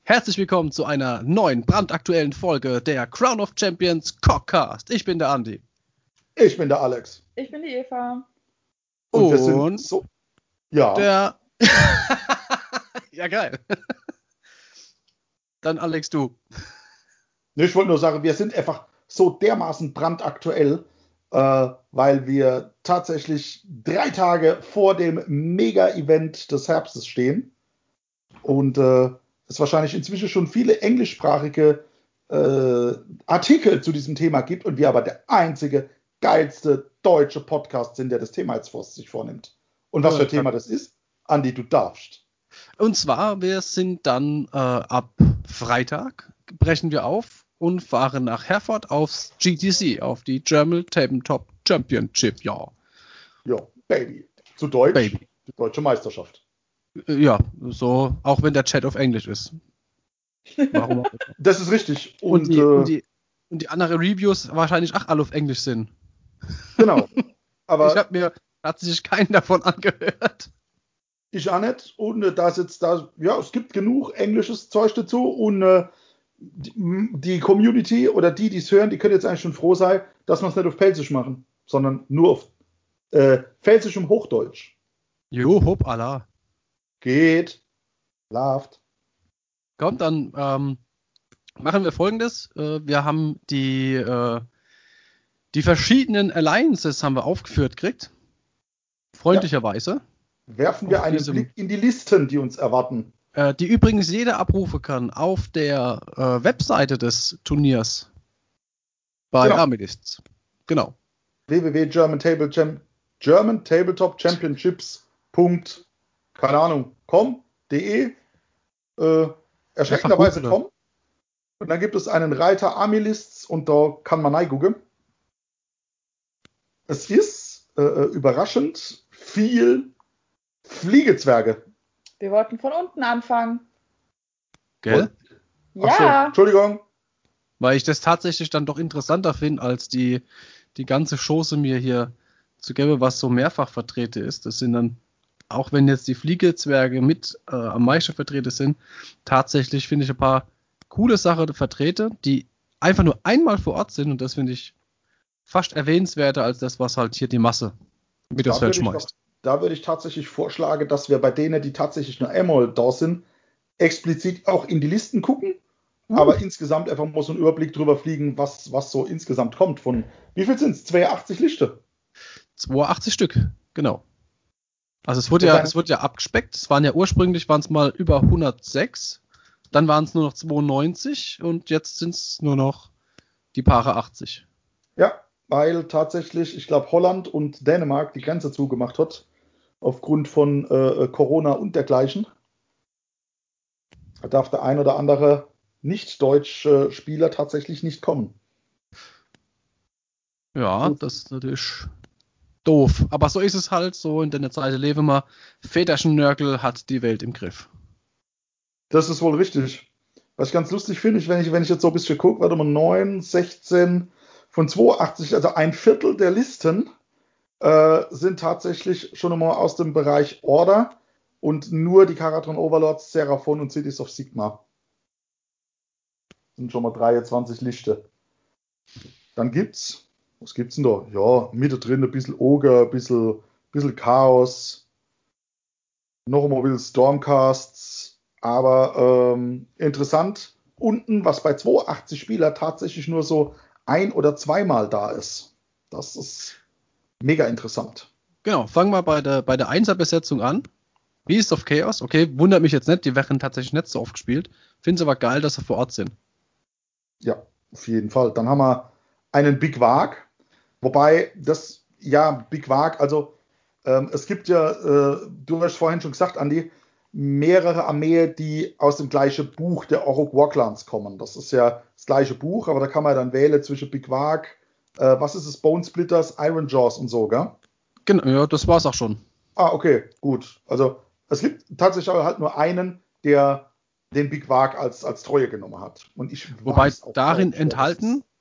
Herzlich willkommen zu einer neuen, brandaktuellen Folge der Crown of Champions Cockcast. Ich bin der Andi. Ich bin der Alex. Ich bin die Eva. Und wir sind so... Ja. Der... ja, geil. Dann Alex, du. Ich wollte nur sagen, wir sind einfach so dermaßen brandaktuell, weil wir tatsächlich 3 Tage vor dem Mega-Event des Herbstes stehen. Und es wahrscheinlich inzwischen schon viele englischsprachige Artikel zu diesem Thema gibt und wir aber der einzige, geilste deutsche Podcast sind, der das Thema jetzt sich vornimmt. Und was für ein Thema das ist? Andi, du darfst. Und zwar, wir sind dann ab Freitag, brechen wir auf und fahren nach Herford aufs GTC, auf die German Tabletop Championship, ja. Ja, Baby. Zu Deutsch, Baby. Die deutsche Meisterschaft. Ja, so, auch wenn der Chat auf Englisch ist. Warum auch? Das ist richtig. Und die anderen Reviews wahrscheinlich auch alle auf Englisch sind. Genau. Aber ich habe mir tatsächlich keinen davon angehört. Ich auch nicht. Und es gibt genug englisches Zeug dazu. Und die Community oder die es hören, die können jetzt eigentlich schon froh sein, dass wir es nicht auf Pfälzisch machen, sondern nur auf Pfälzisch und Hochdeutsch. Jo, hopp, Allah. Geht. Läuft. Kommt, dann machen wir Folgendes. Wir haben die verschiedenen Alliances haben wir aufgeführt gekriegt. Freundlicherweise. Ja. Werfen wir einen Blick in die Listen, die uns erwarten. Die übrigens jeder abrufen kann auf der Webseite des Turniers bei Armilists. Genau. www.germantabletopchampionships.com.de erschreckenderweise kommen. Und dann gibt es einen Reiter Armilists und da kann man reingucken. Es ist überraschend viel Fliegezwerge. Wir wollten von unten anfangen. Gell? Ja. So, Entschuldigung. Weil ich das tatsächlich dann doch interessanter finde, als die ganze Chose mir hier zu geben, was so mehrfach vertreten ist. Das sind dann, auch wenn jetzt die Fliegezwerge mit am meisten vertreten sind, tatsächlich finde ich ein paar coole Sachen vertreten, die einfach nur einmal vor Ort sind und das finde ich fast erwähnenswerter als das, was halt hier die Masse mit aufs Feld schmeißt. Da würde ich tatsächlich vorschlagen, dass wir bei denen, die tatsächlich nur einmal da sind, explizit auch in die Listen gucken, aber insgesamt einfach mal so einen Überblick drüber fliegen, was so insgesamt kommt. Von wie viel sind es? 82 Liste? 82 Stück, genau. Also es wurde ja abgespeckt. Es waren ja ursprünglich mal über 106, dann waren es nur noch 92 und jetzt sind es nur noch die Paare 80. Ja, weil tatsächlich, ich glaube, Holland und Dänemark die Grenze zugemacht hat, aufgrund von Corona und dergleichen. Da darf der ein oder andere nicht-deutsche Spieler tatsächlich nicht kommen. Ja, das ist natürlich doof. Aber so ist es halt, so in der Zeit leben wir. Väterchen-Nörgel hat die Welt im Griff. Das ist wohl richtig. Was ich ganz lustig finde, wenn ich jetzt so ein bisschen gucke, warte mal, 9, 16 von 82, also ein Viertel der Listen sind tatsächlich schon einmal aus dem Bereich Order und nur die Karatron Overlords, Seraphon und Cities of Sigmar. Sind schon mal 23 Liste. Dann was gibt's denn da? Ja, Mitte drin ein bisschen Ogre, ein bisschen Chaos, noch einmal ein bisschen Stormcasts, aber interessant, unten, was bei 82 Spieler tatsächlich nur so ein- oder zweimal da ist. Das ist mega interessant. Genau, fangen wir bei der 1er-Besetzung an. Beast of Chaos, okay, wundert mich jetzt nicht, die werden tatsächlich nicht so oft gespielt. Finde es aber geil, dass sie vor Ort sind. Ja, auf jeden Fall. Dann haben wir einen Big Wag, wobei Big Wag, also es gibt ja, du hast vorhin schon gesagt, Andi, mehrere Armeen, die aus dem gleichen Buch der Orruk Warclans kommen. Das ist ja das gleiche Buch, aber da kann man dann wählen zwischen Big Wag, was ist es, Bone Splitters, Iron Jaws und so, gell? Genau, ja, das war's auch schon. Ah, okay, gut. Also es gibt tatsächlich aber halt nur einen, der den Big Wag als Treue genommen hat. Und Wobei darin enthalten,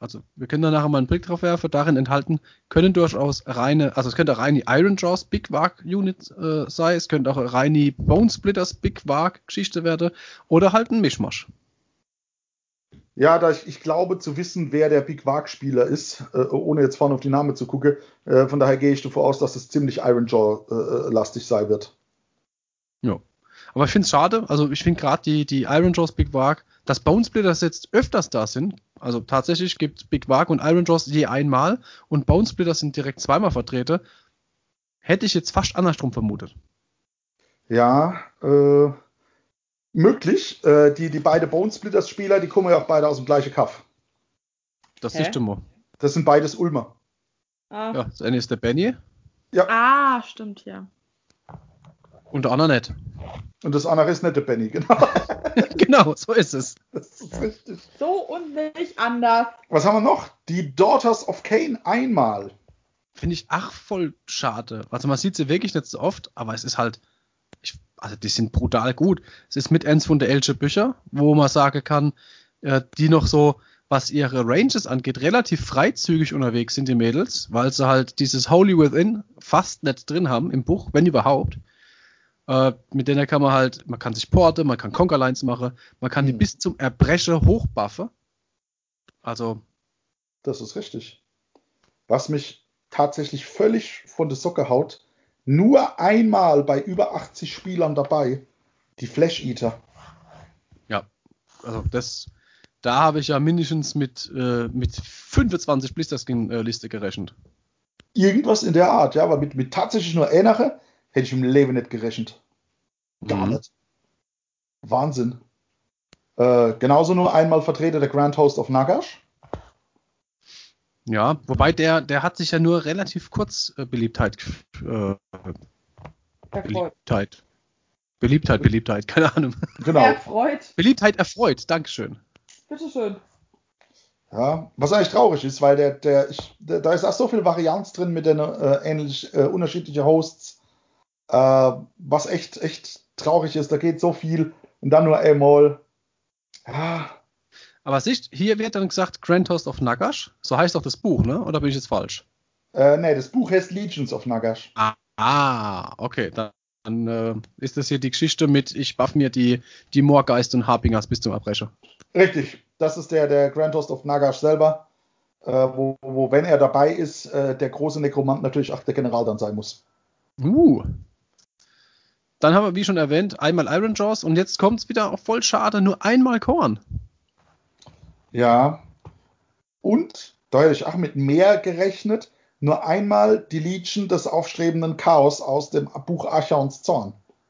also wir können da nachher mal einen Blick drauf werfen, darin enthalten können durchaus also es könnte reine Iron Jaws Big Wag Unit sein, es könnte auch reine Bone Splitters Big Wag Geschichte werden oder halt ein Mischmasch. Ja, ich glaube zu wissen, wer der Big Wag-Spieler ist, ohne jetzt vorne auf die Namen zu gucken. Von daher gehe ich davon aus, dass es ziemlich Iron Jaw-lastig sein wird. Ja. Aber ich finde es schade, also ich finde gerade die Iron Jaws Big Wag, dass Bone Splitters jetzt öfters da sind, also tatsächlich gibt es Big Wag und Iron Jaws je einmal und Bone Splitters sind direkt zweimal vertreten, hätte ich jetzt fast andersrum vermutet. Ja, möglich. Die beiden Bone Splitters-Spieler, die kommen ja auch beide aus dem gleichen Kaff. Das Hä? ist immer. Das sind beides Ulmer. Ah, Ja, das eine ist der Benny stimmt, ja. und der andere nicht. Und das andere ist nicht der Benny, genau. Genau, so ist es. Das ist richtig. So und nicht anders. Was haben wir noch? Die Daughters of Cain einmal. Finde ich voll schade. Also man sieht sie wirklich nicht so oft, aber es ist halt, also die sind brutal gut. Es ist mit eins von der Elche Bücher, wo man sagen kann, die noch so, was ihre Ranges angeht, relativ freizügig unterwegs sind, die Mädels, weil sie halt dieses Holy Within fast nicht drin haben im Buch, wenn überhaupt. Mit denen kann man kann sich porten, man kann Conquerlines machen, man kann die bis zum Erbrechen hochbuffen. Also. Das ist richtig. Was mich tatsächlich völlig von der Socke haut, nur einmal bei über 80 Spielern dabei, die Flash Eater. Ja, also da habe ich ja mindestens mit 25 Blisterskin-Liste gerechnet. Irgendwas in der Art, ja, aber mit tatsächlich nur einer hätte ich im Leben nicht gerechnet. Gar nicht. Wahnsinn. Genauso nur einmal vertreten der Grand Host of Nagash. Ja, wobei der hat sich ja nur relativ kurz Beliebtheit, keine Ahnung. Genau. Erfreut. Beliebtheit erfreut, Dankeschön. Bitteschön. Ja, was eigentlich traurig ist, weil da ist auch so viel Varianz drin mit den unterschiedlichen Hosts, was echt traurig ist. Da geht so viel und dann nur einmal. Ja. Aber siehst, hier wird dann gesagt Grand Host of Nagash, so heißt auch das Buch, ne? Oder bin ich jetzt falsch? Nee, das Buch heißt Legions of Nagash. Okay, dann ist das hier die Geschichte mit, ich buff mir die Moorgeist und Harpingers bis zum Erbrecher. Richtig, das ist der Grand Host of Nagash selber, wo wenn er dabei ist, der große Nekromant natürlich auch der General dann sein muss. Dann haben wir, wie schon erwähnt, einmal Iron Jaws und jetzt kommt es wieder auf voll schade, nur einmal Korn. Ja, und da hätte ich auch mit mehr gerechnet, nur einmal die Legion des aufstrebenden Chaos aus dem Buch Archaons Zorn.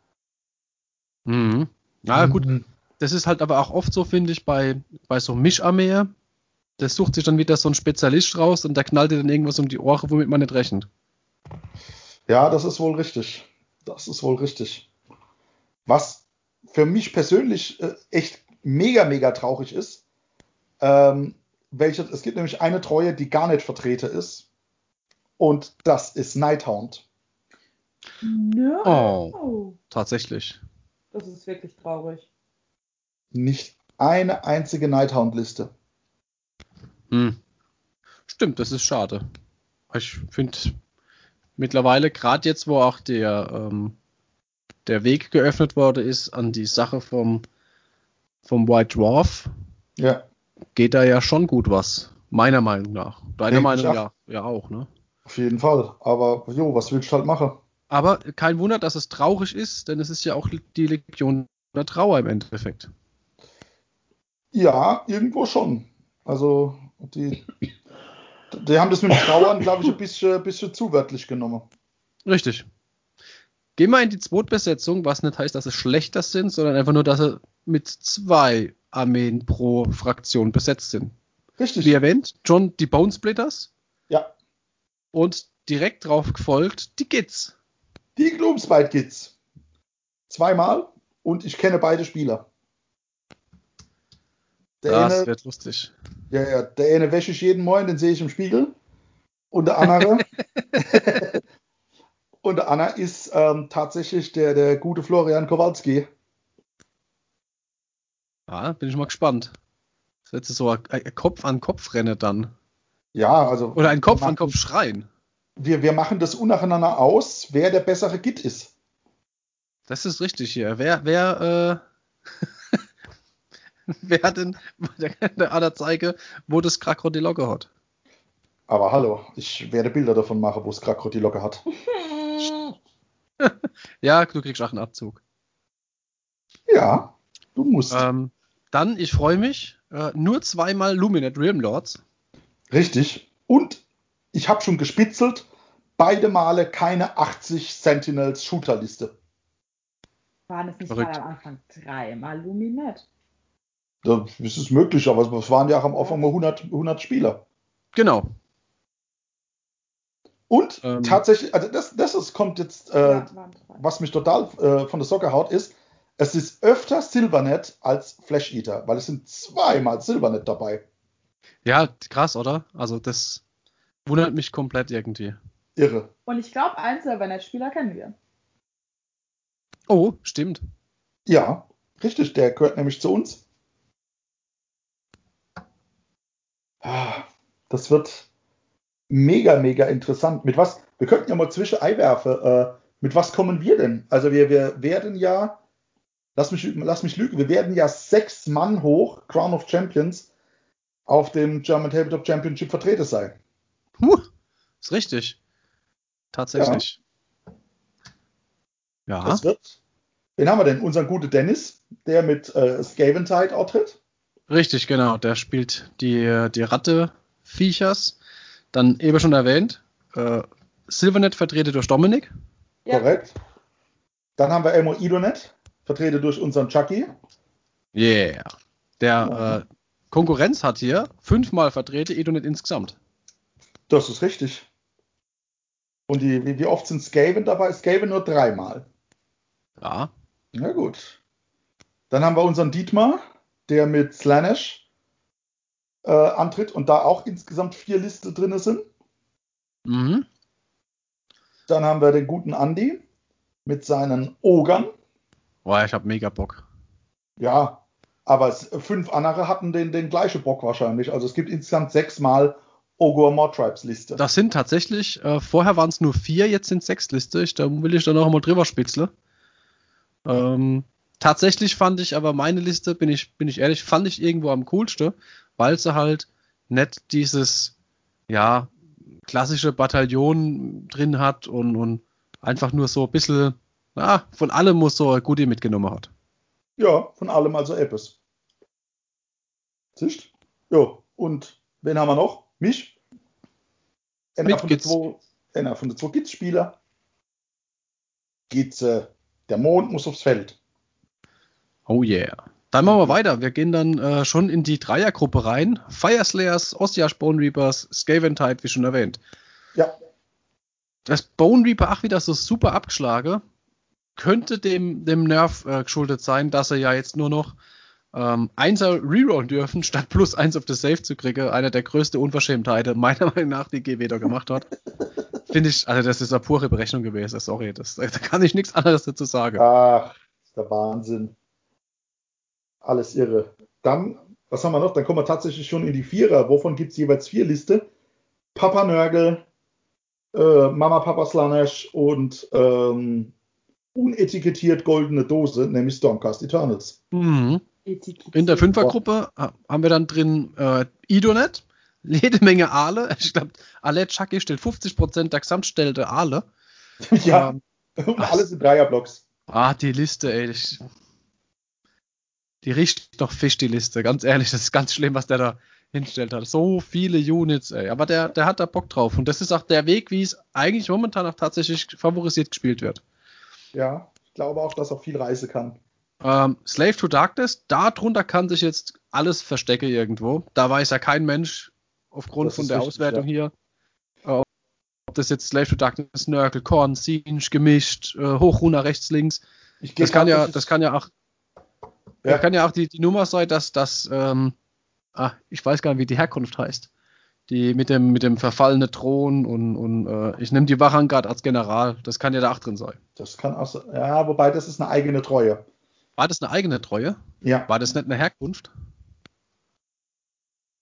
Ja, gut. Das ist halt aber auch oft so, finde ich, bei so Mischarmee. Das sucht sich dann wieder so ein Spezialist raus und der knallt dir dann irgendwas um die Ohren, womit man nicht rechnet. Ja, das ist wohl richtig. Das ist wohl richtig. Was für mich persönlich echt mega traurig ist, es gibt nämlich eine Treue, die gar nicht vertreten ist. Und das ist Nighthound. No. Oh, tatsächlich. Das ist wirklich traurig. Nicht eine einzige Nighthound-Liste. Stimmt, das ist schade. Ich finde mittlerweile, gerade jetzt, wo auch der Weg geöffnet worden ist an die Sache vom White Dwarf, geht da ja schon gut was. Meiner Meinung nach. Deiner Meinung ja auch, ne? Auf jeden Fall. Aber jo, was willst du halt machen? Aber kein Wunder, dass es traurig ist, denn es ist ja auch die Legion der Trauer im Endeffekt. Ja, irgendwo schon. Also, die haben das mit dem Trauern, glaube ich, ein bisschen zu wörtlich genommen. Richtig. Gehen wir in die Zweitbesetzung, was nicht heißt, dass es schlechter sind, sondern einfach nur, dass sie mit 2 Armeen pro Fraktion besetzt sind. Richtig. Wie erwähnt, John die Bone Splitters. Ja. Und direkt drauf gefolgt die Gits. Die Gloomspite Gits. 2-mal und ich kenne beide Spieler. Das wird lustig. Ja, der eine wäsche ich jeden Morgen, den sehe ich im Spiegel. Und der andere ist tatsächlich der gute Florian Kowalski. Ja, bin ich mal gespannt. Wird es so ein Kopf-an-Kopf-Rennen dann? Ja, also. Oder ein Kopf-an-Kopf-Schreien? Wir machen das untereinander aus, wer der bessere Git ist. Das ist richtig hier. Wer hat denn der Ader zeige, wo das Krokodilocke hat? Aber hallo, ich werde Bilder davon machen, wo es Krokodilocke hat. Ja, du kriegst auch einen Abzug. Ja, du musst. Dann, ich freue mich, nur zweimal Luminate Realm Lords. Richtig. Und ich habe schon gespitzelt, beide Male keine 80 Sentinels Shooter-Liste. Waren es nicht Verrückt. mal am Anfang 3-mal Luminet? Das ist möglich, aber es waren ja auch am Anfang mal 100 Spieler. Genau. Und tatsächlich, also kommt jetzt, Ja, waren 3. was mich total von der Socke haut, ist, es ist öfter Silvernet als Flash Eater, weil es sind zweimal Silvernet dabei. Ja, krass, oder? Also das wundert mich komplett irgendwie. Irre. Und ich glaube, einen Silvernet-Spieler kennen wir. Oh, stimmt. Ja, richtig, der gehört nämlich zu uns. Das wird mega, mega interessant. Mit was? Wir könnten ja mal zwischen einwerfen. Mit was kommen wir denn? Also wir werden ja, lass mich lügen, wir werden ja 6 Mann hoch, Crown of Champions, auf dem German Tabletop Championship vertreten sein. Ist richtig. Tatsächlich. Ja. Das wird. Wen haben wir denn? Unseren guten Dennis, der mit Skaventide auftritt. Richtig, genau. Der spielt die Ratte-Viechers. Dann eben schon erwähnt. Silvernet vertreten durch Dominik. Ja. Korrekt. Dann haben wir Elmo Idonet, vertreten durch unseren Chucky. Yeah. Der Konkurrenz hat hier 5-mal vertreten, Idonet insgesamt. Das ist richtig. Und wie oft sind Skaven dabei? Skaven nur 3-mal. Ja. Na gut. Dann haben wir unseren Dietmar, der mit Slanesh antritt und da auch insgesamt 4 Listen drin sind. Mhm. Dann haben wir den guten Andi mit seinen Ogern. Boah, ich hab mega Bock. Ja, aber 5 andere hatten den gleichen Bock wahrscheinlich. Also es gibt insgesamt 6-mal Ogre Mod Tribes Liste. Das sind tatsächlich, vorher waren es nur 4, jetzt sind 6 Liste. Da will ich dann noch mal drüber spitzle. Tatsächlich fand ich aber meine Liste, bin ich ehrlich, fand ich irgendwo am coolsten, weil sie halt nicht dieses, ja, klassische Bataillon drin hat und einfach nur so ein bisschen, von allem muss so ein Goodie mitgenommen hat. Ja, von allem also etwas. Siehst? Jo, und wen haben wir noch? Mich? Einer von den zwei Gitz-Spieler. Gitze. Der Mond muss aufs Feld. Oh yeah. Dann machen wir weiter. Wir gehen dann schon in die Dreiergruppe rein. Fireslayers, Ossiarch Bone Reapers, Skaventide, wie schon erwähnt. Ja. Das Bone Reaper auch wieder so super abgeschlagen. Könnte dem Nerf geschuldet sein, dass er ja jetzt nur noch 1er rerollen dürfen, statt +1 auf das Save zu kriegen. Einer der größten Unverschämtheiten, meiner Meinung nach, die GW da gemacht hat. Finde ich, also das ist eine pure Berechnung gewesen. Sorry, da kann ich nichts anderes dazu sagen. Ach, ist der Wahnsinn. Alles irre. Dann, was haben wir noch? Dann kommen wir tatsächlich schon in die Vierer. Wovon gibt es jeweils 4 Liste? Papa Nörgel, Mama Papa Slanesh und unetikettiert goldene Dose, nämlich Stormcast Eternals. Mhm. In der Fünfergruppe haben wir dann drin Idonet, jede Menge Aale. Ich glaube, Alet Chucky stellt 50% der Gesamtstellte Aale. Ja, und alles in Dreierblocks. Die Liste, ey. Die riecht noch Fisch, die Liste. Ganz ehrlich, das ist ganz schlimm, was der da hinstellt hat. So viele Units, ey. Aber der hat da Bock drauf. Und das ist auch der Weg, wie es eigentlich momentan auch tatsächlich favorisiert gespielt wird. Ja, ich glaube auch, dass er viel reisen kann. Slave to Darkness, darunter kann sich jetzt alles verstecken irgendwo. Da weiß ja kein Mensch, aufgrund von der Auswertung hier, ob das jetzt Slave to Darkness, Nurgle, Korn, Siege, gemischt, Hochruner rechts, links. Das kann ja auch die Nummer sein, dass ich weiß gar nicht, wie die Herkunft heißt. Die mit dem verfallenen Thron und ich nehme die Wachangard als General. Das kann ja da auch drin sein. Das kann auch sein. Ja, wobei das ist eine eigene Treue. War das eine eigene Treue? Ja. War das nicht eine Herkunft?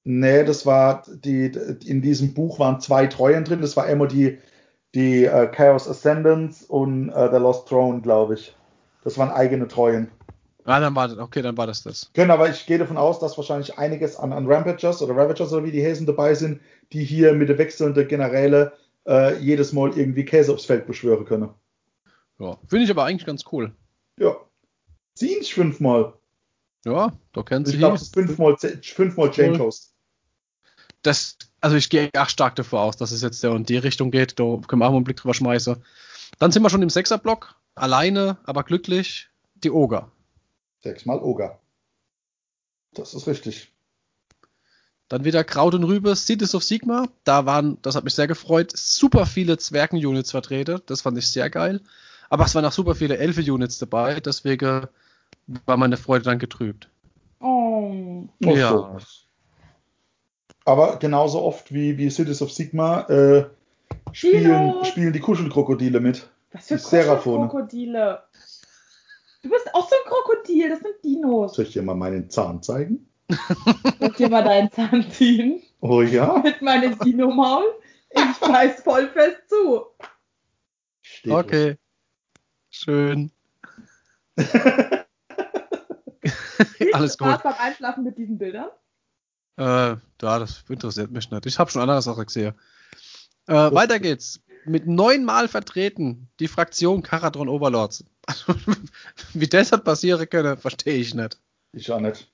Nee, das war in diesem Buch waren 2 Treuen drin. Das war immer die Chaos Ascendants und The Lost Throne, glaube ich. Das waren eigene Treuen. Ah, dann war das. Genau, aber ich gehe davon aus, dass wahrscheinlich einiges an Ravagers oder wie die Häsen dabei sind, die hier mit der wechselnden Generäle jedes Mal irgendwie Käse aufs Feld beschwören können. Ja, finde ich aber eigentlich ganz cool. Ja. Ziehen 5-mal. Ja, da kennst du Ich glaube, hier. es ist 5-mal Chain Coast. Also ich gehe auch stark davor aus, dass es jetzt in die Richtung geht. Da können wir auch mal einen Blick drüber schmeißen. Dann sind wir schon im 6er-Block. Alleine, aber glücklich. Die Oger. 6-mal Oger. Das ist richtig. Dann wieder Kraut und Rübe, Cities of Sigmar. Das hat mich sehr gefreut, super viele Zwergen-Units vertreten. Das fand ich sehr geil. Aber es waren auch super viele Elfe-Units dabei. Deswegen war meine Freude dann getrübt. Oh. Ach Ja. so. Aber genauso oft wie Cities of Sigmar spielen die Kuschelkrokodile mit. Was für Die Seraphone. Kuschelkrokodile. Du bist auch so ein Krokodil, das sind Dinos. Soll ich dir mal meinen Zahn zeigen? Soll ich dir mal deinen Zahn ziehen? Oh ja? Mit meinem Dino-Maul? Ich beiß voll fest zu. Steht Okay. Schön. Alles gut. Spaß beim Einschlafen mit diesen Bildern? Das interessiert mich nicht. Ich habe schon andere Sachen gesehen. Weiter geht's. Mit 9-mal vertreten die Fraktion Karadron Overlords. Wie das hat passieren können, verstehe ich nicht. Ich auch nicht.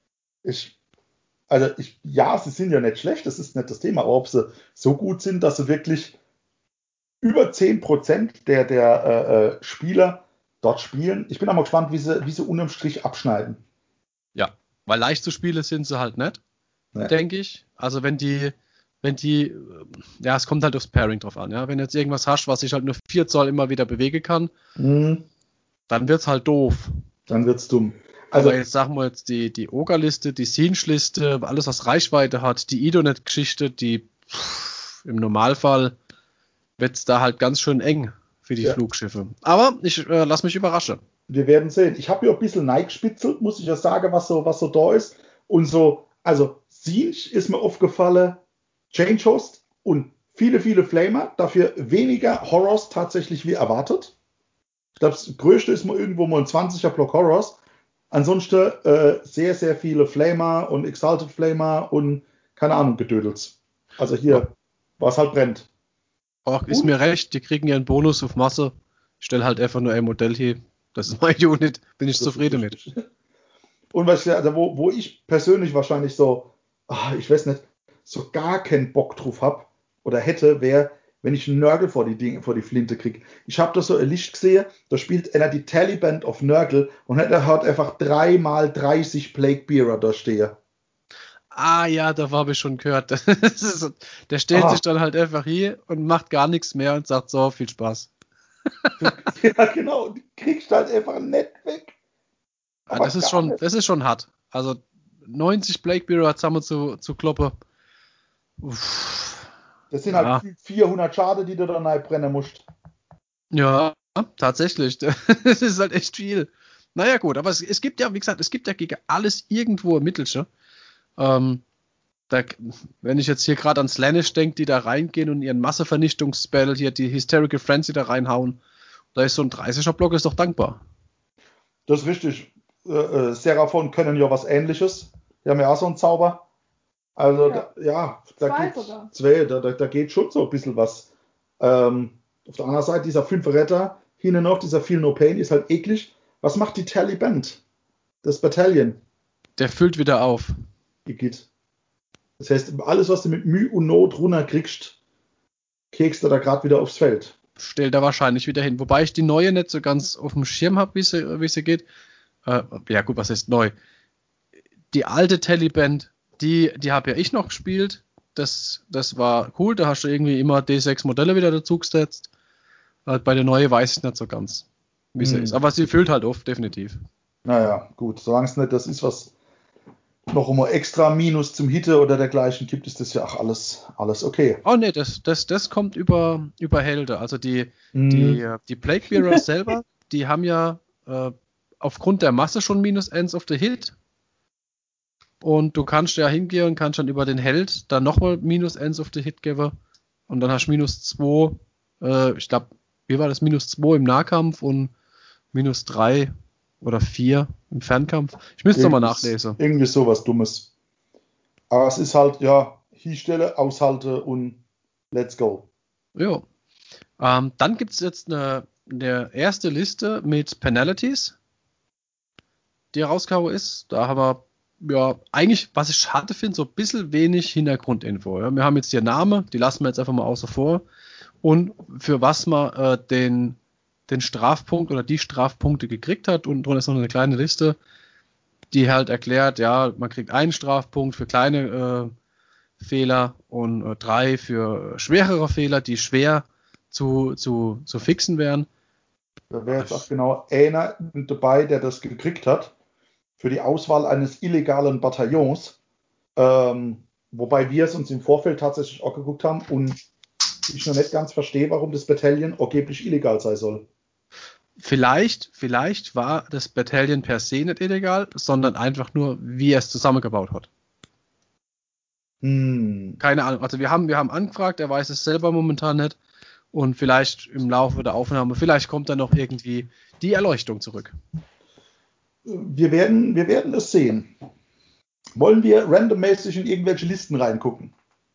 Ja, sie sind ja nicht schlecht, das ist nicht das Thema, aber ob sie so gut sind, dass sie wirklich über 10% der Spieler dort spielen. Ich bin auch mal gespannt, wie sie unterm Strich abschneiden. Ja, weil leicht zu spielen sind sie halt nicht, Ja. denke ich. Also wenn die, ja, es kommt halt aufs Pairing drauf an, ja. Wenn du jetzt irgendwas hast, was sich halt nur 4 Zoll immer wieder bewegen kann, dann wird's halt doof. Dann wird's dumm. Also aber jetzt sagen wir jetzt die Ogerliste, die Siege-Liste, alles was Reichweite hat, die Idonet-Geschichte, im Normalfall wird's da halt ganz schön eng für die Flugschiffe. Aber ich lass mich überraschen. Wir werden sehen. Ich habe hier ein bisschen neigespitzelt, muss ich ja sagen, was so da ist. Und so, also Siege ist mir aufgefallen, Change Host und viele, viele Flamer, dafür weniger Horrors tatsächlich wie erwartet. Ich glaube, das Größte ist mal irgendwo mal ein 20er Block Horrors. Ansonsten sehr, sehr viele Flamer und Exalted Flamer und keine Ahnung, Gedödels. Also hier, was halt brennt. Auch ist mir recht, die kriegen ja einen Bonus auf Masse. Ich stelle halt einfach nur ein Modell hier. Das ist mein Unit, bin ich zufrieden mit. Und also wo ich persönlich wahrscheinlich so, ich weiß nicht, so gar keinen Bock drauf habe oder hätte, wäre, wenn ich einen Nörgel vor die Flinte kriege. Ich habe da so ein Licht gesehen, da spielt einer die Taliban of Nörgel und er hat einfach 3x30 Plague Bearer da stehen. Ah ja, da habe ich schon gehört. Der stellt sich dann halt einfach hier und macht gar nichts mehr und sagt so, viel Spaß. Ja, genau, die kriegst du halt einfach nett weg. Aber das ist schon hart. Also 90 Plague Bearer zusammen zu kloppen. Das sind halt 400 Schade, die du dann brennen musst. Ja, tatsächlich. Das ist halt echt viel. Naja gut, aber es gibt ja, wie gesagt, es gibt ja gegen alles irgendwo ein Mittelchen. Wenn ich jetzt hier gerade an Slaanesh denke, die da reingehen und ihren Massevernichtungsspell, hier die Hysterical Frenzy da reinhauen, da ist so ein 30er-Block ist doch dankbar. Das ist richtig. Seraphon können ja was Ähnliches. Die haben ja auch so einen Zauber. Also, da geht schon so ein bisschen was. Auf der anderen Seite, dieser 5-Retter, hinten noch, dieser Feel No Pain, ist halt eklig. Was macht die Taliban? Das Bataillon. Der füllt wieder auf. Geht. Das heißt, alles, was du mit Mühe und Not runterkriegst, kriegst du da gerade wieder aufs Feld. Stellt er wahrscheinlich wieder hin. Wobei ich die neue nicht so ganz auf dem Schirm habe, wie sie geht. Ja gut, was ist neu? Die alte Taliban, die habe ja ich noch gespielt. Das war cool. Da hast du irgendwie immer D6 Modelle wieder dazu gesetzt. Bei der neuen weiß ich nicht so ganz, wie sie ist. Aber sie füllt halt auf, definitiv. Naja, gut. Solange es nicht das ist, was noch immer extra Minus zum Hitte oder dergleichen gibt, ist das ja auch alles okay. Oh ne, das kommt über Helden. Also die Plague Bearer selber, die haben ja aufgrund der Masse schon -1 auf der Hit. Und du kannst ja hingehen und kannst dann über den Held dann nochmal minus 1 auf die Hit geben. Und dann hast du minus 2, ich glaube, wie war das? Minus 2 im Nahkampf und minus 3 oder 4 im Fernkampf. Ich müsste es nochmal nachlesen. Irgendwie sowas Dummes. Aber es ist halt, ja, hinstelle, aushalte und let's go. Ja. Dann gibt es jetzt eine erste Liste mit Penalties, die rausgekommen ist. Da haben wir, ja, eigentlich, was ich schade finde, so ein bisschen wenig Hintergrundinfo. Ja. Wir haben jetzt hier Name, die lassen wir jetzt einfach mal außer vor. Und für was man den Strafpunkt oder die Strafpunkte gekriegt hat. Und drunter ist noch eine kleine Liste, die halt erklärt, ja, man kriegt einen Strafpunkt für kleine Fehler und 3 für schwerere Fehler, die schwer zu fixen wären. Da wäre jetzt auch genau einer dabei, der das gekriegt hat für die Auswahl eines illegalen Bataillons. Wobei wir es uns im Vorfeld tatsächlich auch geguckt haben und ich noch nicht ganz verstehe, warum das Bataillon angeblich illegal sein soll. Vielleicht war das Bataillon per se nicht illegal, sondern einfach nur, wie er es zusammengebaut hat. Keine Ahnung. Also wir haben angefragt, er weiß es selber momentan nicht. Und vielleicht im Laufe der Aufnahme, vielleicht kommt dann noch irgendwie die Erleuchtung zurück. Wir werden es sehen. Wollen wir randommäßig in irgendwelche Listen reingucken?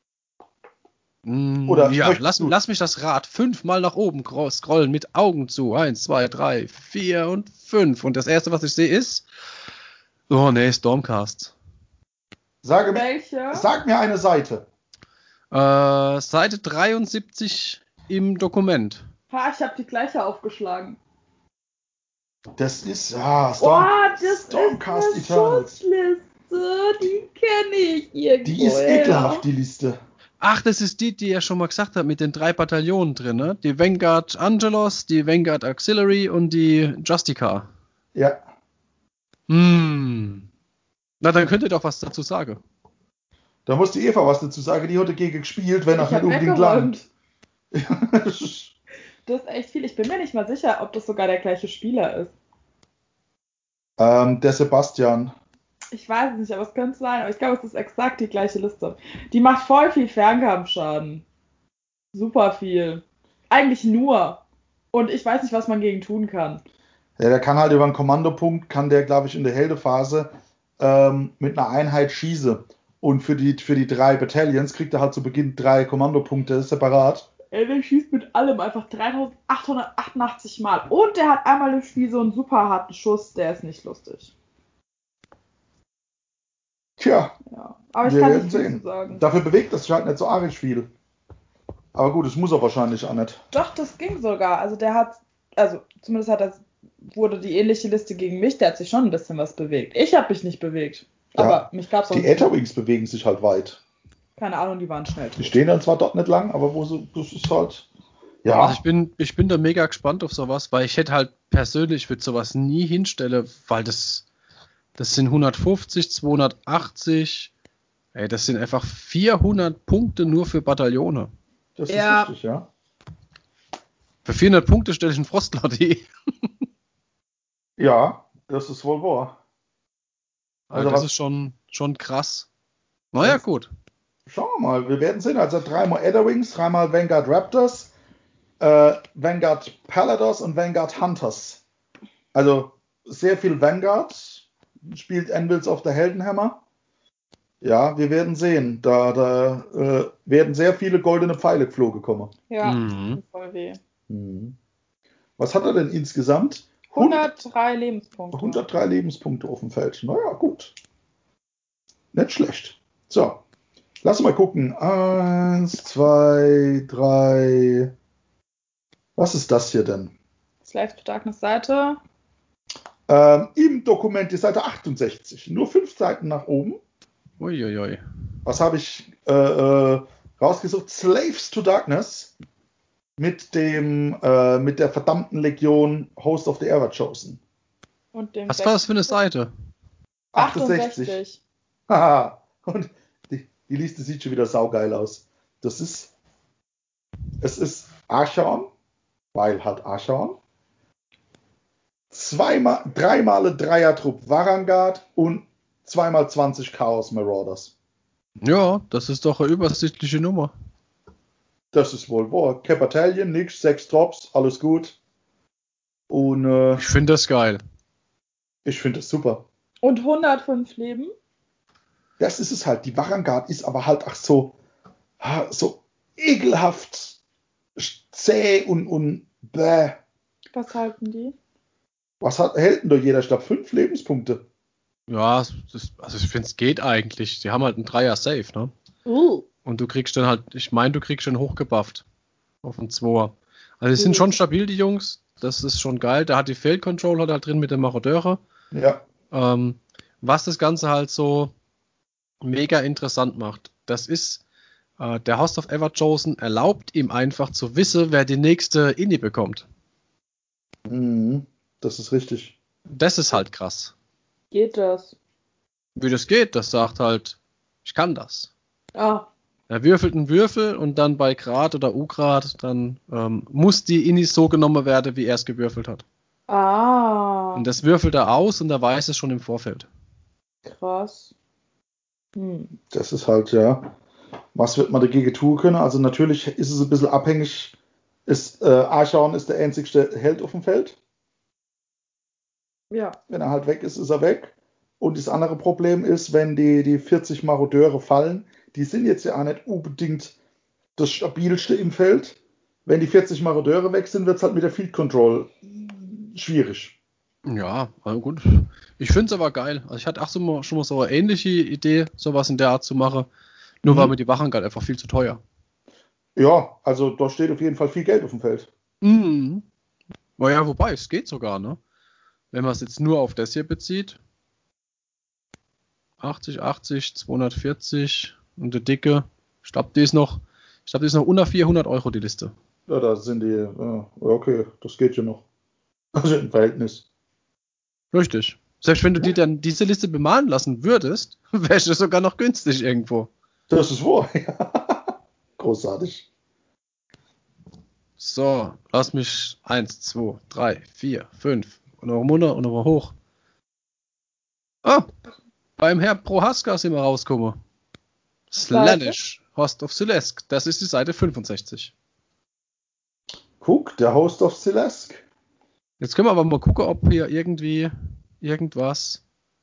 Oder ja, lass mich das Rad 5-mal nach oben scrollen mit Augen zu. 1, 2, 3, 4 und 5. Und das erste, was ich sehe, ist. Oh nee, Stormcast. Sag Welche? mir eine Seite. Seite 73 im Dokument. Ha, ich habe die gleiche aufgeschlagen. Das ist Stormcast Eternals. Schutzliste, die kenne ich irgendwo. Die ist ekelhaft, die Liste. Ach, das ist die er schon mal gesagt hat, mit den 3 Bataillonen drin, ne? Die Vanguard Angelos, die Vanguard Auxiliary und die Justica. Ja. Na, dann könnt ihr doch was dazu sagen. Da muss die Eva was dazu sagen, die hat dagegen gespielt, wenn auch nicht unbedingt lang. Das ist echt viel. Ich bin mir nicht mal sicher, ob das sogar der gleiche Spieler ist. Der Sebastian. Ich weiß es nicht, aber es könnte sein. Aber ich glaube, es ist exakt die gleiche Liste. Die macht voll viel Fernkampfschaden. Super viel. Eigentlich nur. Und ich weiß nicht, was man gegen tun kann. Ja, der kann halt über einen Kommandopunkt, kann der, glaube ich, in der Heldephase mit einer Einheit schießen. Und für die 3 Battalions kriegt er halt zu Beginn 3 Kommandopunkte separat. Der schießt mit allem einfach 3888 Mal. Und der hat einmal im Spiel so einen super harten Schuss, der ist nicht lustig. Tja, ja. Aber ich wir kann werden nicht viel sehen. zu sagen. Dafür bewegt das sich halt nicht so arg viel. Aber gut, das muss er wahrscheinlich auch nicht. Doch, das ging sogar. Wurde die ähnliche Liste gegen mich, der hat sich schon ein bisschen was bewegt. Ich habe mich nicht bewegt. Ja, aber mich gab's auch die nicht. Etherwings bewegen sich halt weit. Keine Ahnung, die waren schnell. Die stehen dann zwar dort nicht lang, aber das ist halt. Ja. Also ich bin da mega gespannt auf sowas, weil ich hätte halt persönlich würde sowas nie hinstellen, weil das sind 150, 280, das sind einfach 400 Punkte nur für Bataillone. Das ist richtig, ja. Für 400 Punkte stelle ich einen Frostler.de. Ja, das ist wohl wahr. Also das ist schon krass. Naja, gut. Schauen wir mal, wir werden sehen. Also 3-mal Etherwings, 3-mal Vanguard Raptors, Vanguard Paladors und Vanguard Hunters. Also sehr viel Vanguard, spielt Anvils of the Heldenhammer. Ja, wir werden sehen. Da werden sehr viele goldene Pfeile geflogen kommen. Ja, voll weh. Was hat er denn insgesamt? 103 Lebenspunkte. 103 Lebenspunkte auf dem Feld. Naja, gut. Nicht schlecht. So, lass mal gucken. 1, 2, 3. Was ist das hier denn? Slaves to Darkness Seite. Im Dokument die Seite 68. Nur 5 Seiten nach oben. Uiuiui. Was habe ich rausgesucht? Slaves to Darkness mit der verdammten Legion Host of the Ever Chosen. Und dem Was war das für eine Seite? 68. Haha. Und die Liste sieht schon wieder saugeil aus. Es ist Archaon, weil halt Archaon. 3-mal Dreier-Trupp Varangard und 2x20 Chaos Marauders. Ja, das ist doch eine übersichtliche Nummer. Das ist wohl wahr. Kein Battalion, nix, 6 Drops, alles gut. Und Ich finde das geil. ich finde das super. Und 105 Leben? Das ist es halt. Die Varangard ist aber halt auch so ekelhaft zäh und bäh. Was halten die? Was hält denn da jeder? Ich glaube 5 Lebenspunkte. Ja, also ich finde es geht eigentlich. Die haben halt einen Dreier Safe, ne? Und du kriegst dann halt, ich meine, du kriegst schon hochgebufft auf einen Zweier. Also die sind schon stabil, die Jungs. Das ist schon geil. Da hat die Field Control halt drin mit den Marodeure. Ja. Was das Ganze halt so mega interessant macht, das ist, der Host of Everchosen erlaubt ihm einfach zu wissen, wer die nächste Indie bekommt. Mhm. Das ist richtig. Das ist halt krass. Geht das? Wie das geht, das sagt halt, ich kann das. Ah, Er würfelt einen Würfel und dann bei Grad oder U-Grad, dann muss die Innis so genommen werden, wie er es gewürfelt hat. Und das würfelt er aus und er weiß es schon im Vorfeld. Krass. Das ist halt, ja. Was wird man dagegen tun können? Also natürlich ist es ein bisschen abhängig. Archaon ist der einzigste Held auf dem Feld. Ja. Wenn er halt weg ist, ist er weg. Und das andere Problem ist, wenn die 40 Marodeure fallen, die sind jetzt ja auch nicht unbedingt das stabilste im Feld. Wenn die 40 Marodeure weg sind, wird es halt mit der Field Control schwierig. Ja, also gut. Ich finde es aber geil. Also ich hatte auch schon mal so eine ähnliche Idee, sowas in der Art zu machen. Nur war mir die Wachangard einfach viel zu teuer. Ja, also da steht auf jeden Fall viel Geld auf dem Feld. Mhm. Naja, wobei, es geht sogar, ne? Wenn man es jetzt nur auf das hier bezieht. 80, 80, 240 und die Dicke. Ich glaube, die ist noch unter 400 Euro, die Liste. Ja, da sind die, ja, okay, das geht ja noch. Also im Verhältnis. Richtig. Selbst wenn du dir dann diese Liste bemalen lassen würdest, wäre es sogar noch günstig irgendwo. Das ist wahr, ja. Großartig. So, lass mich 1, 2, 3, 4, 5 und noch runter und noch hoch. Ah, beim Herr Prohaska sind wir rausgekommen. Slaanesh, Host of Silesk. Das ist die Seite 65. Guck, der Host of Silesk. Jetzt können wir aber mal gucken, ob hier irgendwie irgendwas.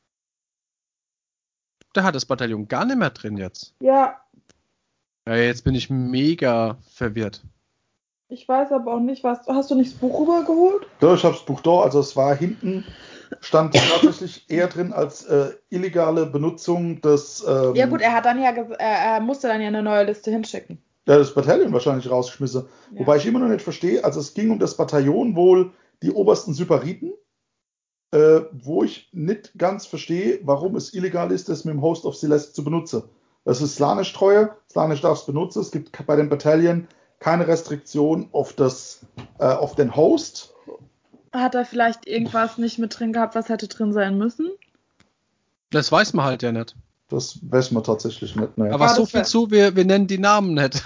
Der hat das Bataillon gar nicht mehr drin jetzt. Ja. Ja, jetzt bin ich mega verwirrt. Ich weiß aber auch nicht, was. Hast du nicht das Buch rübergeholt? Ja, ich habe das Buch da, also es war hinten, stand tatsächlich eher drin als illegale Benutzung des. Ja gut, er hat dann ja, er musste dann ja eine neue Liste hinschicken. Ja, das Bataillon wahrscheinlich rausgeschmissen. Ja. Wobei ich immer noch nicht verstehe, also es ging um das Bataillon wohl die obersten Sybariten, wo ich nicht ganz verstehe, warum es illegal ist, das mit dem Host of Silesk zu benutzen. Das ist Slaanesh-Treue, Slaanesh darf es benutzen, es gibt bei den Bataillon keine Restriktion auf den Host. Hat er vielleicht irgendwas nicht mit drin gehabt, was hätte drin sein müssen? Das weiß man halt ja nicht. Das weiß man tatsächlich nicht. Ne. Aber so viel zu, wir nennen die Namen nicht.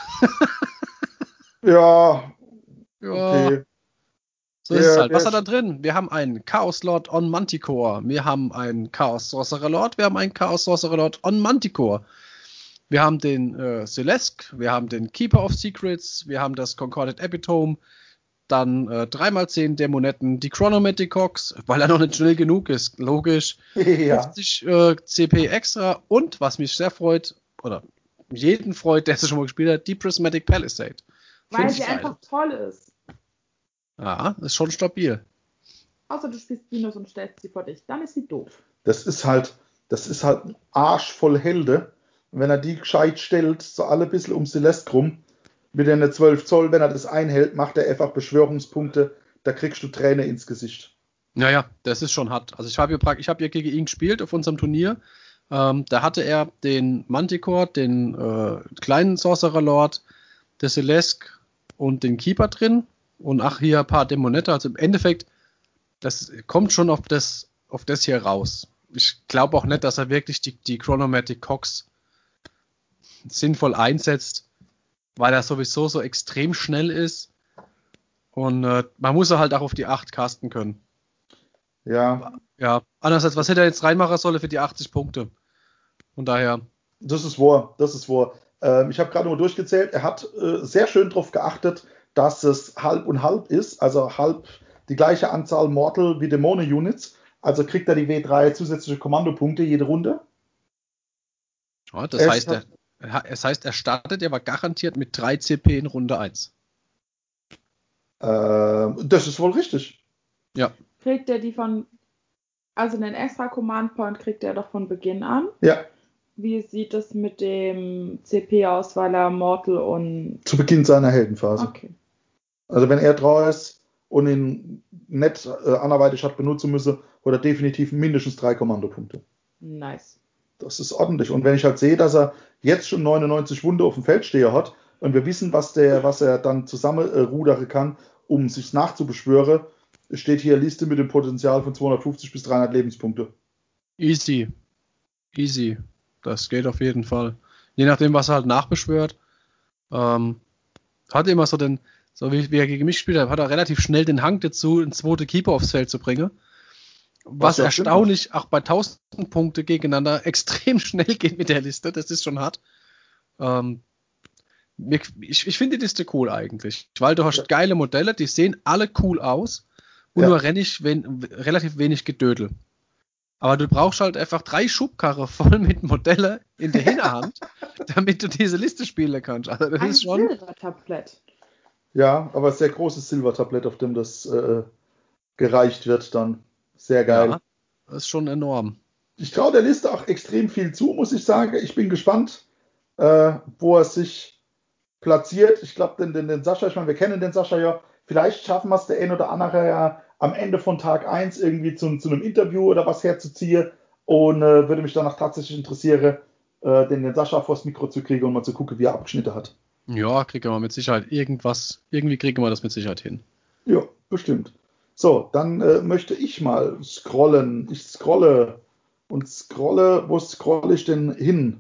Ja, okay. So ist es halt. Was hat er drin? Wir haben einen Chaos Lord on Manticore. Wir haben einen Chaos Sorcerer Lord. Wir haben einen Chaos Sorcerer Lord on Manticore. Wir haben den Silesk. Wir haben den Keeper of Secrets. Wir haben das Concorded Epitome. Dann 3x10 Dämonetten. Die Chronomatic Cox, weil er noch nicht schnell genug ist. Logisch. Ja. 50 CP extra. Und, was mich sehr freut, oder jeden freut, der es schon mal gespielt hat, die Prismatic Palisade. Weil sie einfach toll ist. Ja, ist schon stabil. Außer du spielst Dinos und stellst sie vor dich. Dann ist sie doof. Das ist halt ein Arsch voll Helde. Und wenn er die gescheit stellt, so alle ein bisschen um Silesk rum, mit einer 12 Zoll, wenn er das einhält, macht er einfach Beschwörungspunkte. Da kriegst du Träne ins Gesicht. Naja, das ist schon hart. Also ich habe hier gegen ihn gespielt auf unserem Turnier. Da hatte er den Manticore, den kleinen Sorcerer Lord, den Silesk und den Keeper drin. Und hier ein paar Dämonette. Also im Endeffekt, das kommt schon auf das hier raus. Ich glaube auch nicht, dass er wirklich die Chronomatic Cox sinnvoll einsetzt, weil er sowieso so extrem schnell ist. Und man muss halt auch auf die 8 casten können. Ja. Ja, andererseits, was hätte er jetzt reinmachen sollen für die 80 Punkte? Von daher. Das ist wahr. Ich habe gerade mal durchgezählt. Er hat sehr schön darauf geachtet, dass es halb und halb ist. Also halb die gleiche Anzahl Mortal wie Dämonen-Units. Also kriegt er die W3 zusätzliche Kommandopunkte jede Runde. Ja, das heißt, er startet aber garantiert mit 3 CP in Runde 1. Das ist wohl richtig. Ja. Kriegt er die also den extra Command Point kriegt er doch von Beginn an. Ja. Wie sieht es mit dem CP aus, weil er Mortal und... Zu Beginn seiner Heldenphase. Okay. Also wenn er drauf ist und ihn nicht anderweitig hat benutzen müssen, hat er definitiv mindestens 3 Kommandopunkte. Nice. Das ist ordentlich. Und wenn ich halt sehe, dass er jetzt schon 99 Wunder auf dem Feldsteher hat und wir wissen, was er dann zusammen rudern kann, um sich nachzubeschwören, steht hier eine Liste mit dem Potenzial von 250 bis 300 Lebenspunkte. Easy. Das geht auf jeden Fall. Je nachdem, was er halt nachbeschwört. Hat immer so wie er gegen mich gespielt hat er relativ schnell den Hang dazu, einen zweiten Keeper aufs Feld zu bringen. Was erstaunlich auch bei 1000 Punkte gegeneinander extrem schnell geht mit der Liste. Das ist schon hart. Ich finde die Liste cool eigentlich. Weil du hast geile Modelle, die sehen alle cool aus. Und nur relativ wenig Gedödel. Aber du brauchst halt einfach 3 Schubkarren voll mit Modelle in der Hinterhand, damit du diese Liste spielen kannst. Also das ist schon... Silbertablett. Ja, aber sehr großes Silbertablett, auf dem das gereicht wird dann. Sehr geil. Ja, das ist schon enorm. Ich traue der Liste auch extrem viel zu, muss ich sagen. Ich bin gespannt, wo er sich platziert. Ich glaube, den Sascha, ich meine, wir kennen den Sascha ja. Vielleicht schaffen wir es der ein oder andere ja am Ende von Tag 1 irgendwie zu einem Interview oder was herzuziehen. Und würde mich danach tatsächlich interessieren, den Sascha vors Mikro zu kriegen und mal zu gucken, wie er abgeschnitten hat. Ja, kriegen wir mit Sicherheit irgendwie kriegen wir das mit Sicherheit hin. Ja, bestimmt. So, dann möchte ich mal scrollen. Ich scrolle. Wo scrolle ich denn hin?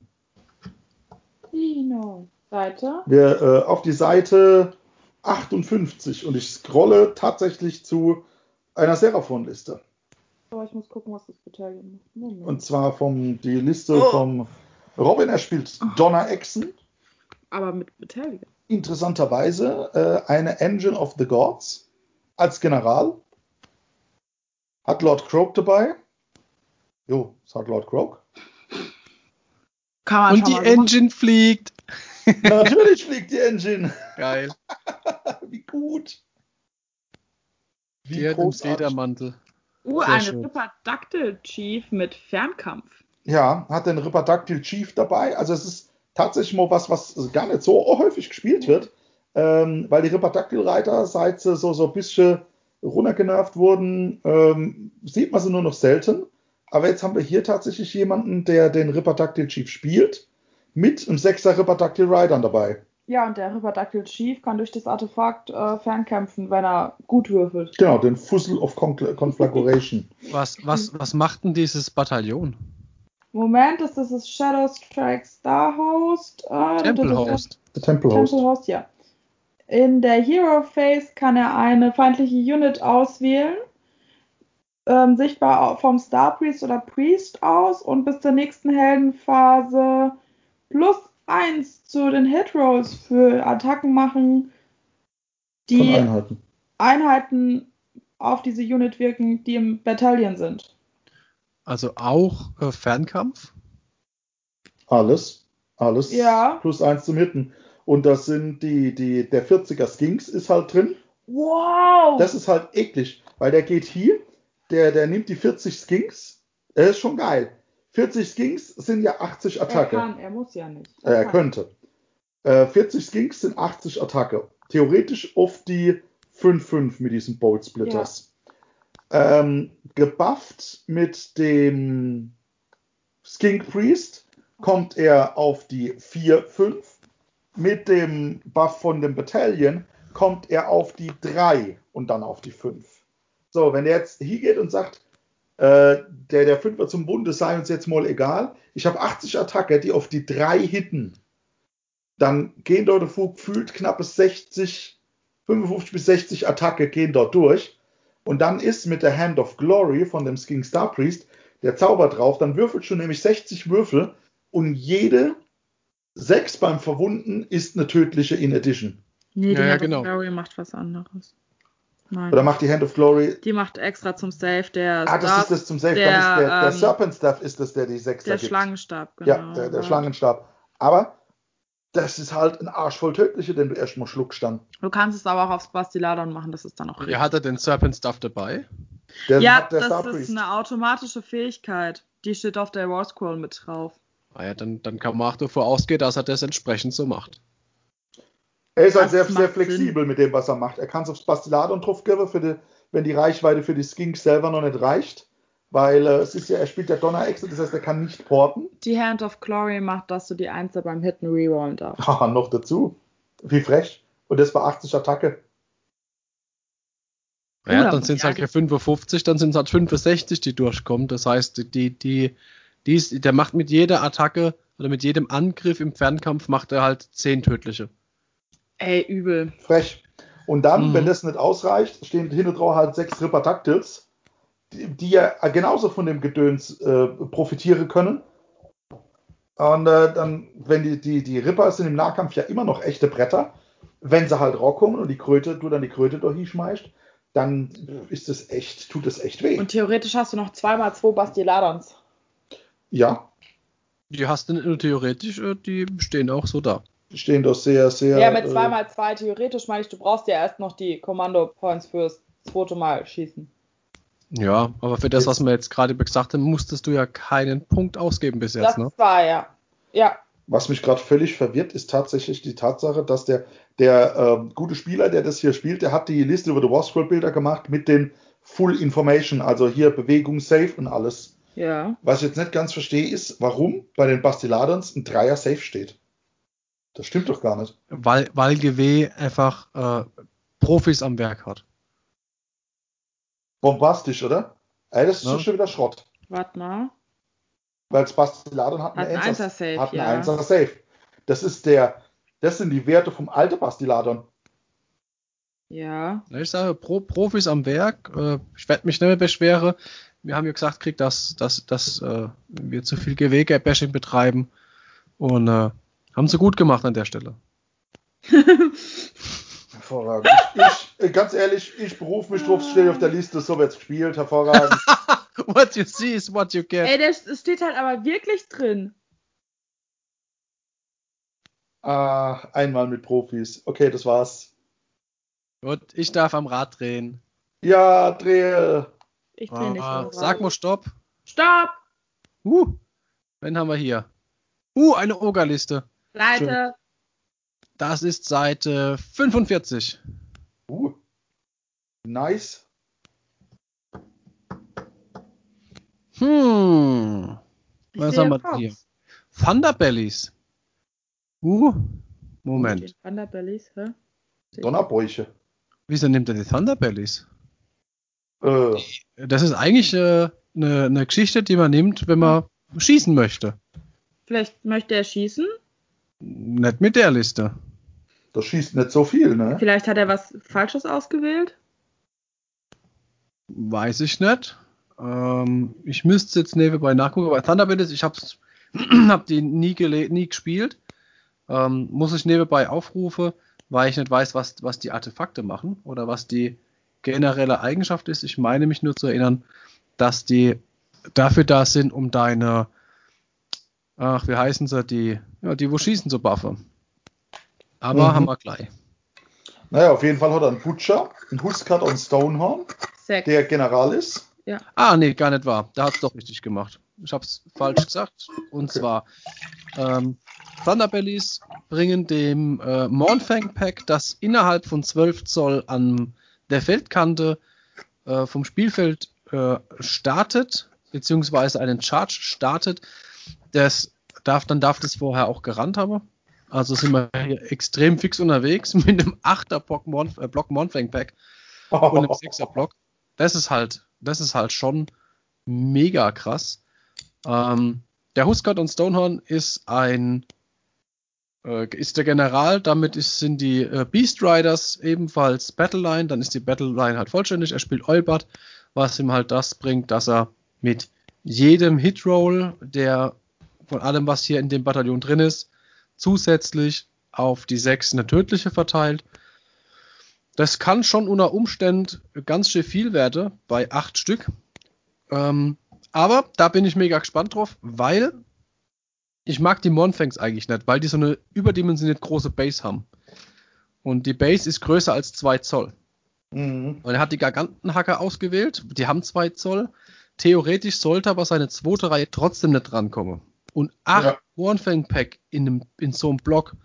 Seite? Auf die Seite 58 und ich scrolle tatsächlich zu einer Seraphon-Liste. Aber ich muss gucken, was das Battalion macht. Moment. Und zwar die Liste vom Robin. Er spielt Donna Exen. Aber mit Battalion. Interessanterweise eine Engine of the Gods als General. Hat Lord Croak dabei. Jo, es hat Lord Croak. Kann man und die Engine fliegt. Natürlich fliegt die Engine. Geil. Wie gut. Wie großartig. Federmantel. Ein Ripper-Dactyl Chief mit Fernkampf. Ja, hat den Ripper-Dactyl Chief dabei. Also es ist tatsächlich mal was gar nicht so häufig gespielt wird. Weil die Ripper-Dactyl-Reiter, seit sie so ein bisschen runtergenervt wurden, sieht man sie nur noch selten. Aber jetzt haben wir hier tatsächlich jemanden, der den Ripper-Dactyl Chief spielt, mit einem 6er Ripper-Dactyl Ridern dabei. Ja, und der Ripper-Dactyl Chief kann durch das Artefakt fernkämpfen, wenn er gut würfelt. Genau, den Fussel of Conflagration. Was macht denn dieses Bataillon? Moment, ist das Shadow Strike Star Host? Temple Host, ja. In der Hero Phase kann er eine feindliche Unit auswählen, sichtbar vom Star Priest oder Priest aus und bis zur nächsten Heldenphase +1 zu den Hitrolls für Attacken machen, die Einheiten auf diese Unit wirken, die im Bataillon sind. Also auch Fernkampf? Alles. Ja. +1 zum Hitten. Und das sind der 40er Skinks ist halt drin. Wow! Das ist halt eklig, weil der geht hier, der nimmt die 40 Skinks. Das ist schon geil. 40 Skinks sind ja 80 Attacke. Er muss ja nicht. Er könnte. 40 Skinks sind 80 Attacke. Theoretisch auf die 5-5 mit diesen Bolt Splitters. Ja. Gebufft mit dem Skink Priest kommt er auf die 4-5. Mit dem Buff von dem Battalion kommt er auf die 3 und dann auf die 5. So, wenn er jetzt hier geht und sagt, der 5er zum Bunde sei uns jetzt mal egal, ich habe 80 Attacke, die auf die 3 hitten, dann gehen dort gefühlt knappe 55 bis 60 Attacke gehen dort durch. Und dann ist mit der Hand of Glory von dem Skink Star Priest der Zauber drauf. Dann würfelst du nämlich 60 Würfel und jede 6 beim Verwunden ist eine tödliche in Addition. Nee, die Ja, Hand genau. of Glory macht was anderes. Nein. Oder macht die Hand of Glory. Die macht extra zum Save. Das ist das zum Save. Dann ist der Serpent Staff ist das, der die 6 der gibt. Schlangenstab, genau. Ja, der Schlangenstab. Aber das ist halt ein Arsch voll tödliche, den du erstmal schluckst dann. Du kannst es aber auch aufs Bastiladon machen, das ist dann auch richtig. Hat er den Serpent Stuff dabei? Hat der das Star ist Priest. eine automatische Fähigkeit. Die steht auf der War Scroll mit drauf. Ja, dann kann man auch davor ausgehen, dass er das entsprechend so macht. Er ist halt Das sehr, sehr macht flexibel Sinn. mit dem, was er macht. Er kann es aufs Bastiladon drauf geben, wenn die Reichweite für die Skinks selber noch nicht reicht. Weil er spielt ja Donnerechse, das heißt, er kann nicht porten. Die Hand of Glory macht, dass du die Einser beim Hitten rerollen darfst. Haha, noch dazu. Wie frech. Und das bei 80 Attacke. Ja, dann sind es halt keine 55, dann sind es halt 65, die durchkommen. Das heißt, der macht mit jeder Attacke oder mit jedem Angriff im Fernkampf macht er halt 10 tödliche. Ey, übel. Frech. Und dann, wenn das nicht ausreicht, stehen hinten drauf halt 6 Ripper Tactics, die ja genauso von dem Gedöns profitieren können. Und dann, wenn die Ripper sind im Nahkampf ja immer noch echte Bretter, wenn sie halt rauskommen und du dann die Kröte da hinschmeißt, dann tut das echt weh. Und theoretisch hast du noch 2x2 Bastiladons. Ja. Die hast du nicht nur theoretisch, die stehen auch so da. Die stehen doch sehr, sehr... Ja, mit 2x2 theoretisch meine ich, du brauchst ja erst noch die Kommando-Points fürs zweite Mal schießen. Ja, aber für das, was wir jetzt gerade gesagt haben, musstest du ja keinen Punkt ausgeben bis jetzt, das ne? war ja. Was mich gerade völlig verwirrt, ist tatsächlich die Tatsache, dass der gute Spieler, der das hier spielt, der hat die Liste über die War Scroll Bilder gemacht mit den Full Information, also hier Bewegung, Safe und alles. Ja. Was ich jetzt nicht ganz verstehe, ist, warum bei den Bastiladons ein Dreier Safe steht. Das stimmt doch gar nicht. Weil GW einfach Profis am Werk hat. Bombastisch, oder? Ey, das ist doch schon wieder Schrott. Warte mal. Weil das Bastiladon hat einen Einser-Safe, hat einen Einser-Safe. Das sind die Werte vom alten Bastiladon. Ja. Ich sage, Profis am Werk. Ich werde mich nicht mehr beschweren. Wir haben ja gesagt, dass wir zu viel GW-Bashing betreiben. Und haben sie gut gemacht an der Stelle. Hervorragend. Ganz ehrlich, ich berufe mich drauf, stehe auf der Liste, so wird's gespielt. Hervorragend. What you see is what you get. Ey, das steht halt aber wirklich drin. Einmal mit Profis. Okay, das war's. Gut, ich darf am Rad drehen. Ja, drehe. Ich drehe nicht am Sag mal Stopp. Stopp! Wen haben wir hier? Eine Ogerliste. Seite. Das ist Seite 45. Nice. Was haben wir denn hier? Thunderbellies. Moment. Thunderbellies, hä? Donnerbäuche. Wieso nimmt er die Thunderbellies? Das ist eigentlich eine Geschichte, die man nimmt, wenn man schießen möchte. Vielleicht möchte er schießen? Nicht mit der Liste. Das schießt nicht so viel, ne? Vielleicht hat er was Falsches ausgewählt? Weiß ich nicht. Ich müsste jetzt nebenbei nachgucken, aber Thunderbellies, ich hab die nie gespielt. Muss ich nebenbei aufrufen, weil ich nicht weiß, was die Artefakte machen oder was die generelle Eigenschaft ist. Ich meine mich nur zu erinnern, dass die dafür da sind, um deine, wie heißen sie, die wo schießen, so buffen. Aber haben wir gleich. Naja, auf jeden Fall hat er einen Butcher, einen Huskart und einen Stonehorn, 6. der General ist. Ja. Nee, gar nicht wahr. Der hat es doch richtig gemacht. Ich habe es falsch gesagt. Und zwar Thunderbellies bringen dem Mornfang Pack, das innerhalb von 12 Zoll an der Feldkante vom Spielfeld startet, beziehungsweise einen Charge startet, darf das vorher auch gerannt haben. Also sind wir hier extrem fix unterwegs mit einem 8er Block Mornfang Pack und einem 6er Block. Das ist halt schon mega krass. Der Huskart und Stonehorn ist ein ist der General, damit sind die Beast Riders ebenfalls Battleline, dann ist die Battleline halt vollständig, er spielt Eulbart, was ihm halt das bringt, dass er mit jedem Hitroll, der von allem, was hier in dem Bataillon drin ist, zusätzlich auf die 6 eine tödliche verteilt. Das kann schon unter Umständen ganz schön viel werden, bei 8 Stück. Aber da bin ich mega gespannt drauf, weil ich mag die Monfangs eigentlich nicht, weil die so eine überdimensioniert große Base haben. Und die Base ist größer als 2 Zoll. Und er hat die Gigantenhacker ausgewählt, die haben 2 Zoll. Theoretisch sollte aber seine zweite Reihe trotzdem nicht drankommen. Und 8 Monfang-Pack in so einem Block,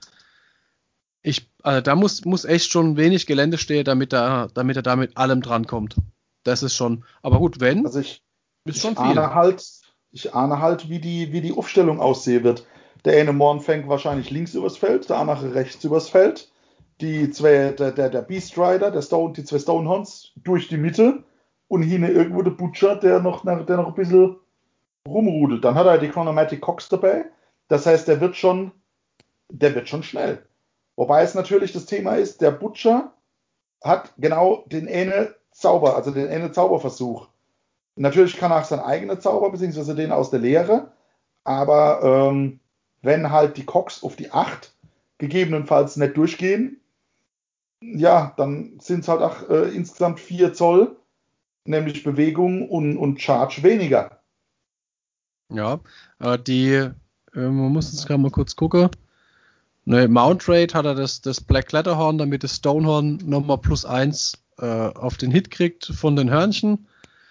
da muss echt schon wenig Gelände stehen, damit er da mit allem drankommt. Das ist schon, aber gut, wenn, Also ist schon ich viel. ahne halt, wie die Aufstellung aussehen wird. Der eine Morn fängt wahrscheinlich links übers Feld, der andere rechts übers Feld. Der Beast Rider, die 2 Stonehorns durch die Mitte und hinten irgendwo der Butcher, der noch ein bisschen rumrudelt. Dann hat er die Chronomatic Cox dabei. Das heißt, der wird schon schnell. Wobei es natürlich das Thema ist, der Butcher hat genau den eine Zauberversuch. Natürlich kann er auch seinen eigenen Zauber, beziehungsweise den aus der Lehre, aber wenn halt die Cox auf die 8 gegebenenfalls nicht durchgehen, ja, dann sind es halt auch insgesamt 4 Zoll, nämlich Bewegung und Charge weniger. Ja, man muss jetzt gerade mal kurz gucken. Ne, Mount Raid hat er das Black Kletterhorn, damit das Stonehorn nochmal +1 auf den Hit kriegt von den Hörnchen.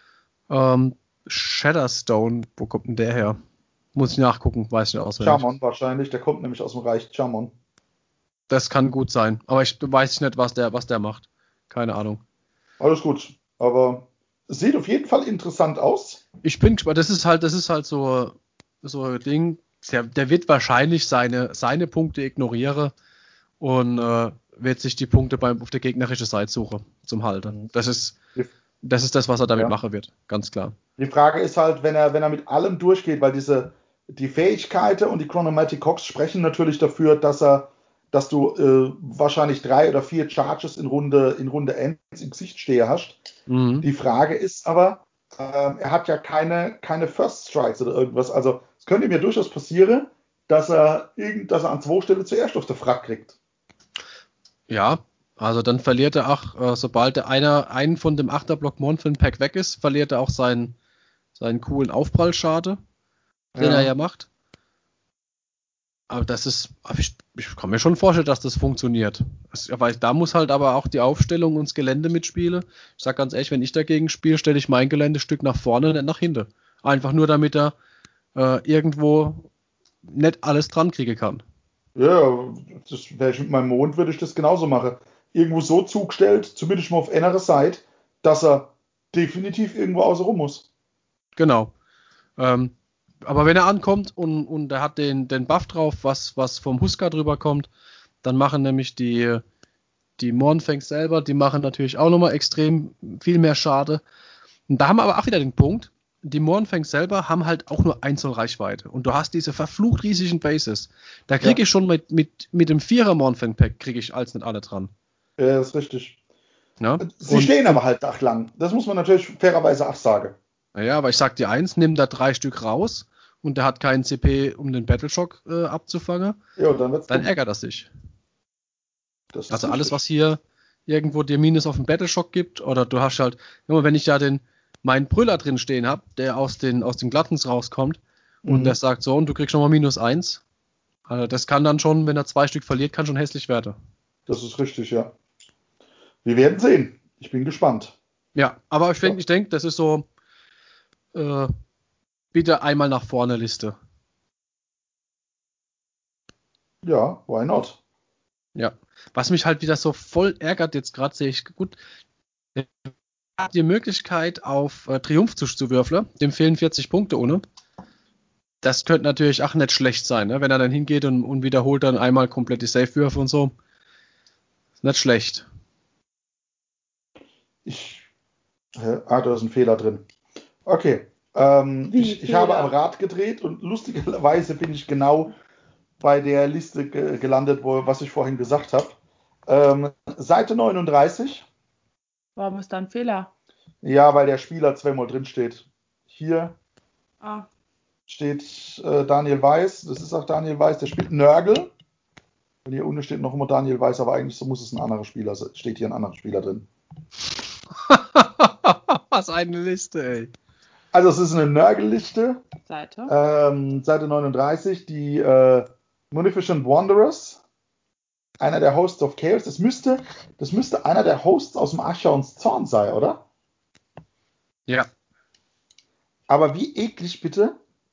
Shatterstone, wo kommt denn der her? Muss ich nachgucken, weiß ich nicht auswendig. Chamon wahrscheinlich, der kommt nämlich aus dem Reich Chamon. Das kann gut sein, aber ich weiß nicht, was der macht. Keine Ahnung. Alles gut, aber es sieht auf jeden Fall interessant aus. Ich bin gespannt, das ist halt so ein Ding, der wird wahrscheinlich seine Punkte ignorieren und wird sich die Punkte auf der gegnerischen Seite suchen zum Halten. Das ist das, was er damit machen wird, ganz klar. Die Frage ist halt, wenn er mit allem durchgeht, weil die Fähigkeiten und die Chronomatic Cox sprechen natürlich dafür, dass du wahrscheinlich 3 oder 4 Charges in Runde 1 im Gesicht stehen hast. Mhm. Die Frage ist aber, er hat ja keine First Strikes oder irgendwas. Also es könnte mir durchaus passieren, dass er an 2 Stellen zuerst auf der Frack kriegt. Ja, also dann verliert er auch, sobald der einen von dem 8er-Block Monfin-Pack weg ist, verliert er auch seinen coolen Aufprallschade, den er ja macht. Aber ich kann mir schon vorstellen, dass das funktioniert. Weil da muss halt aber auch die Aufstellung und das Gelände mitspielen. Ich sag ganz ehrlich, wenn ich dagegen spiele, stelle ich mein Geländestück nach vorne, nicht nach hinten. Einfach nur, damit er irgendwo nicht alles dran kriegen kann. Ja, wäre ich mit meinem Mond, würde ich das genauso machen. Irgendwo so zugestellt, zumindest mal auf einer Seite, dass er definitiv irgendwo außen rum muss. Genau. Aber wenn er ankommt und er hat den Buff drauf, was vom Huska drüber kommt, dann machen nämlich die Mornfangs selber, die machen natürlich auch nochmal extrem viel mehr Schade. Und da haben wir aber auch wieder den Punkt, die Mornfangs selber haben halt auch nur 1 Zoll Reichweite. Und du hast diese verflucht riesigen Bases. Da kriege ich schon mit dem 4er Mornfang-Pack kriege ich als nicht alle dran. Ja, das ist richtig. Ja? Sie stehen aber halt dachlang. Das muss man natürlich fairerweise auch sagen. Naja, aber ich sag dir eins, nimm da 3 Stück raus und der hat keinen CP, um den Battleshock abzufangen, Ja, dann ärgert er sich. Das Also ist alles, richtig. was hier irgendwo dir Minus auf dem Battleshock gibt, oder du hast halt, wenn ich ja meinen Brüller drin stehen habe, der aus den Glattens rauskommt und der sagt so, und du kriegst nochmal -1. Also das kann dann schon, wenn er 2 Stück verliert, kann schon hässlich werden. Das ist richtig, ja. Wir werden sehen. Ich bin gespannt. Ja, aber ich denke, das ist so bitte einmal nach vorne Liste. Ja, why not? Ja. Was mich halt wieder so voll ärgert, jetzt gerade sehe ich, gut, er hat die Möglichkeit auf Triumph zu würfeln, dem fehlen 40 Punkte ohne. Das könnte natürlich auch nicht schlecht sein, ne? Wenn er dann hingeht und wiederholt dann einmal komplett die Safe-Würfe und so. Ist nicht schlecht. Da ist ein Fehler drin. Okay. Ich habe am Rad gedreht und lustigerweise bin ich genau bei der Liste gelandet, was ich vorhin gesagt habe. Seite 39. Warum ist da ein Fehler? Ja, weil der Spieler zweimal drin steht. Hier steht Daniel Weiß. Das ist auch Daniel Weiß. Der spielt Nörgel. Und hier unten steht noch immer Daniel Weiß, aber eigentlich so muss es ein anderer Spieler sein. Steht hier ein anderer Spieler drin. Was eine Liste, ey. Also es ist eine Nörgel-Liste. Seite. Seite 39. Die Munificent Wanderers. Einer der Hosts of Chaos. Das müsste einer der Hosts aus dem Aschauns Zorn sein, oder? Ja. Aber wie eklig bitte?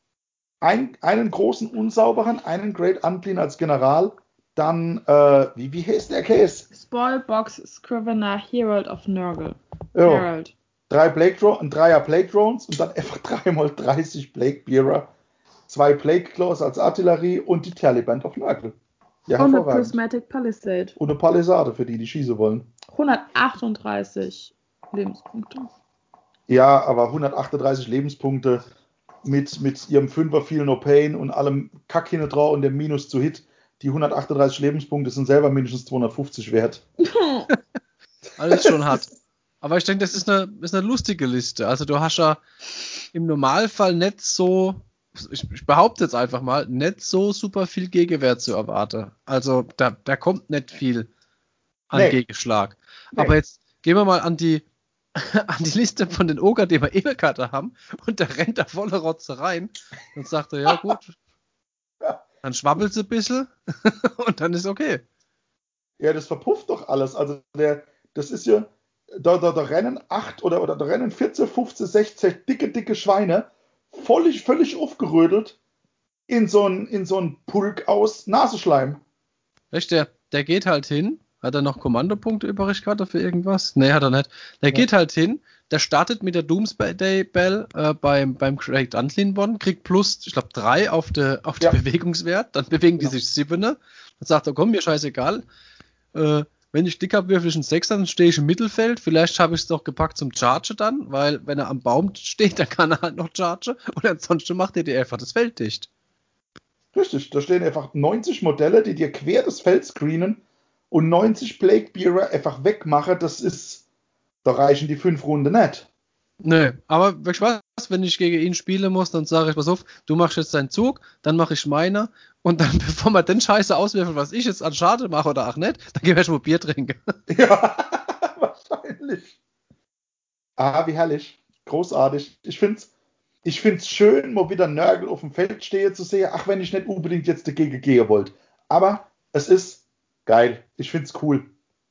Einen großen Unsauberen, einen Great Unclean als General, dann, wie heißt der Case? Spoilbox Scrivener Herald of Nurgle. Jo. Herald. Ein Dreier Plague Drones und dann einfach 3x30 Plague Bearer, 2 Plague Claws als Artillerie und die Taliban of Nurgle. Ja, Und eine hervorragend. Prismatic Palisade. Und eine Palisade für die schießen wollen. 138 Lebenspunkte. Ja, aber 138 Lebenspunkte mit ihrem 5er Feel No Pain und allem Kack hinten drauf und dem Minus zu Hit. Die 138 Lebenspunkte sind selber mindestens 250 wert. Alles schon hart. Aber ich denke, das ist eine lustige Liste. Also du hast ja im Normalfall nicht so, ich behaupte jetzt einfach mal, nicht so super viel Gegenwert zu erwarten. Also da kommt nicht viel an Gegenschlag. Nee. Aber jetzt gehen wir mal an die Liste von den Ogre, die wir Ewigkarte haben, und der rennt da voller Rotze rein und sagt er, ja gut, dann schwabbelt sie ein bisschen und dann ist okay. Ja, das verpufft doch alles. Also das ist ja, da rennen 8 oder da rennen 14, 15, 16 dicke Schweine, völlig aufgerödelt in so ein Pulk aus Nasenschleim. Richtig, der geht halt hin. Hat er noch Kommandopunkte übrig gerade für irgendwas? Nee, hat er nicht. Der geht halt hin, der startet mit der Doomsday Bell beim Great Unclean One, kriegt plus, ich glaube, 3 auf den Bewegungswert, dann bewegen die sich 7. Dann sagt er, komm, mir scheißegal. Wenn ich dick habe, würfel ich einen 6, dann stehe ich im Mittelfeld. Vielleicht habe ich es doch gepackt zum Charge dann, weil wenn er am Baum steht, dann kann er halt noch charge. Und ansonsten macht er dir einfach das Feld dicht. Richtig, da stehen einfach 90 Modelle, die dir quer das Feld screenen und 90 Plague Bearer einfach wegmachen. Da reichen die 5 Runden nicht. Nö, aber ich weiß, wenn ich gegen ihn spielen muss, dann sage ich, pass auf, du machst jetzt deinen Zug, dann mache ich meiner und dann, bevor man den Scheiße auswürfeln, was ich jetzt an Schade mache oder auch nicht, dann gehen wir schon mal Bier trinken. Ja, wahrscheinlich. Ah, wie herrlich. Großartig. Ich find's schön, mal wieder Nörgel auf dem Feld stehen zu sehen, ach, wenn ich nicht unbedingt jetzt dagegen gehen wollte. Aber es ist geil. Ich find's cool.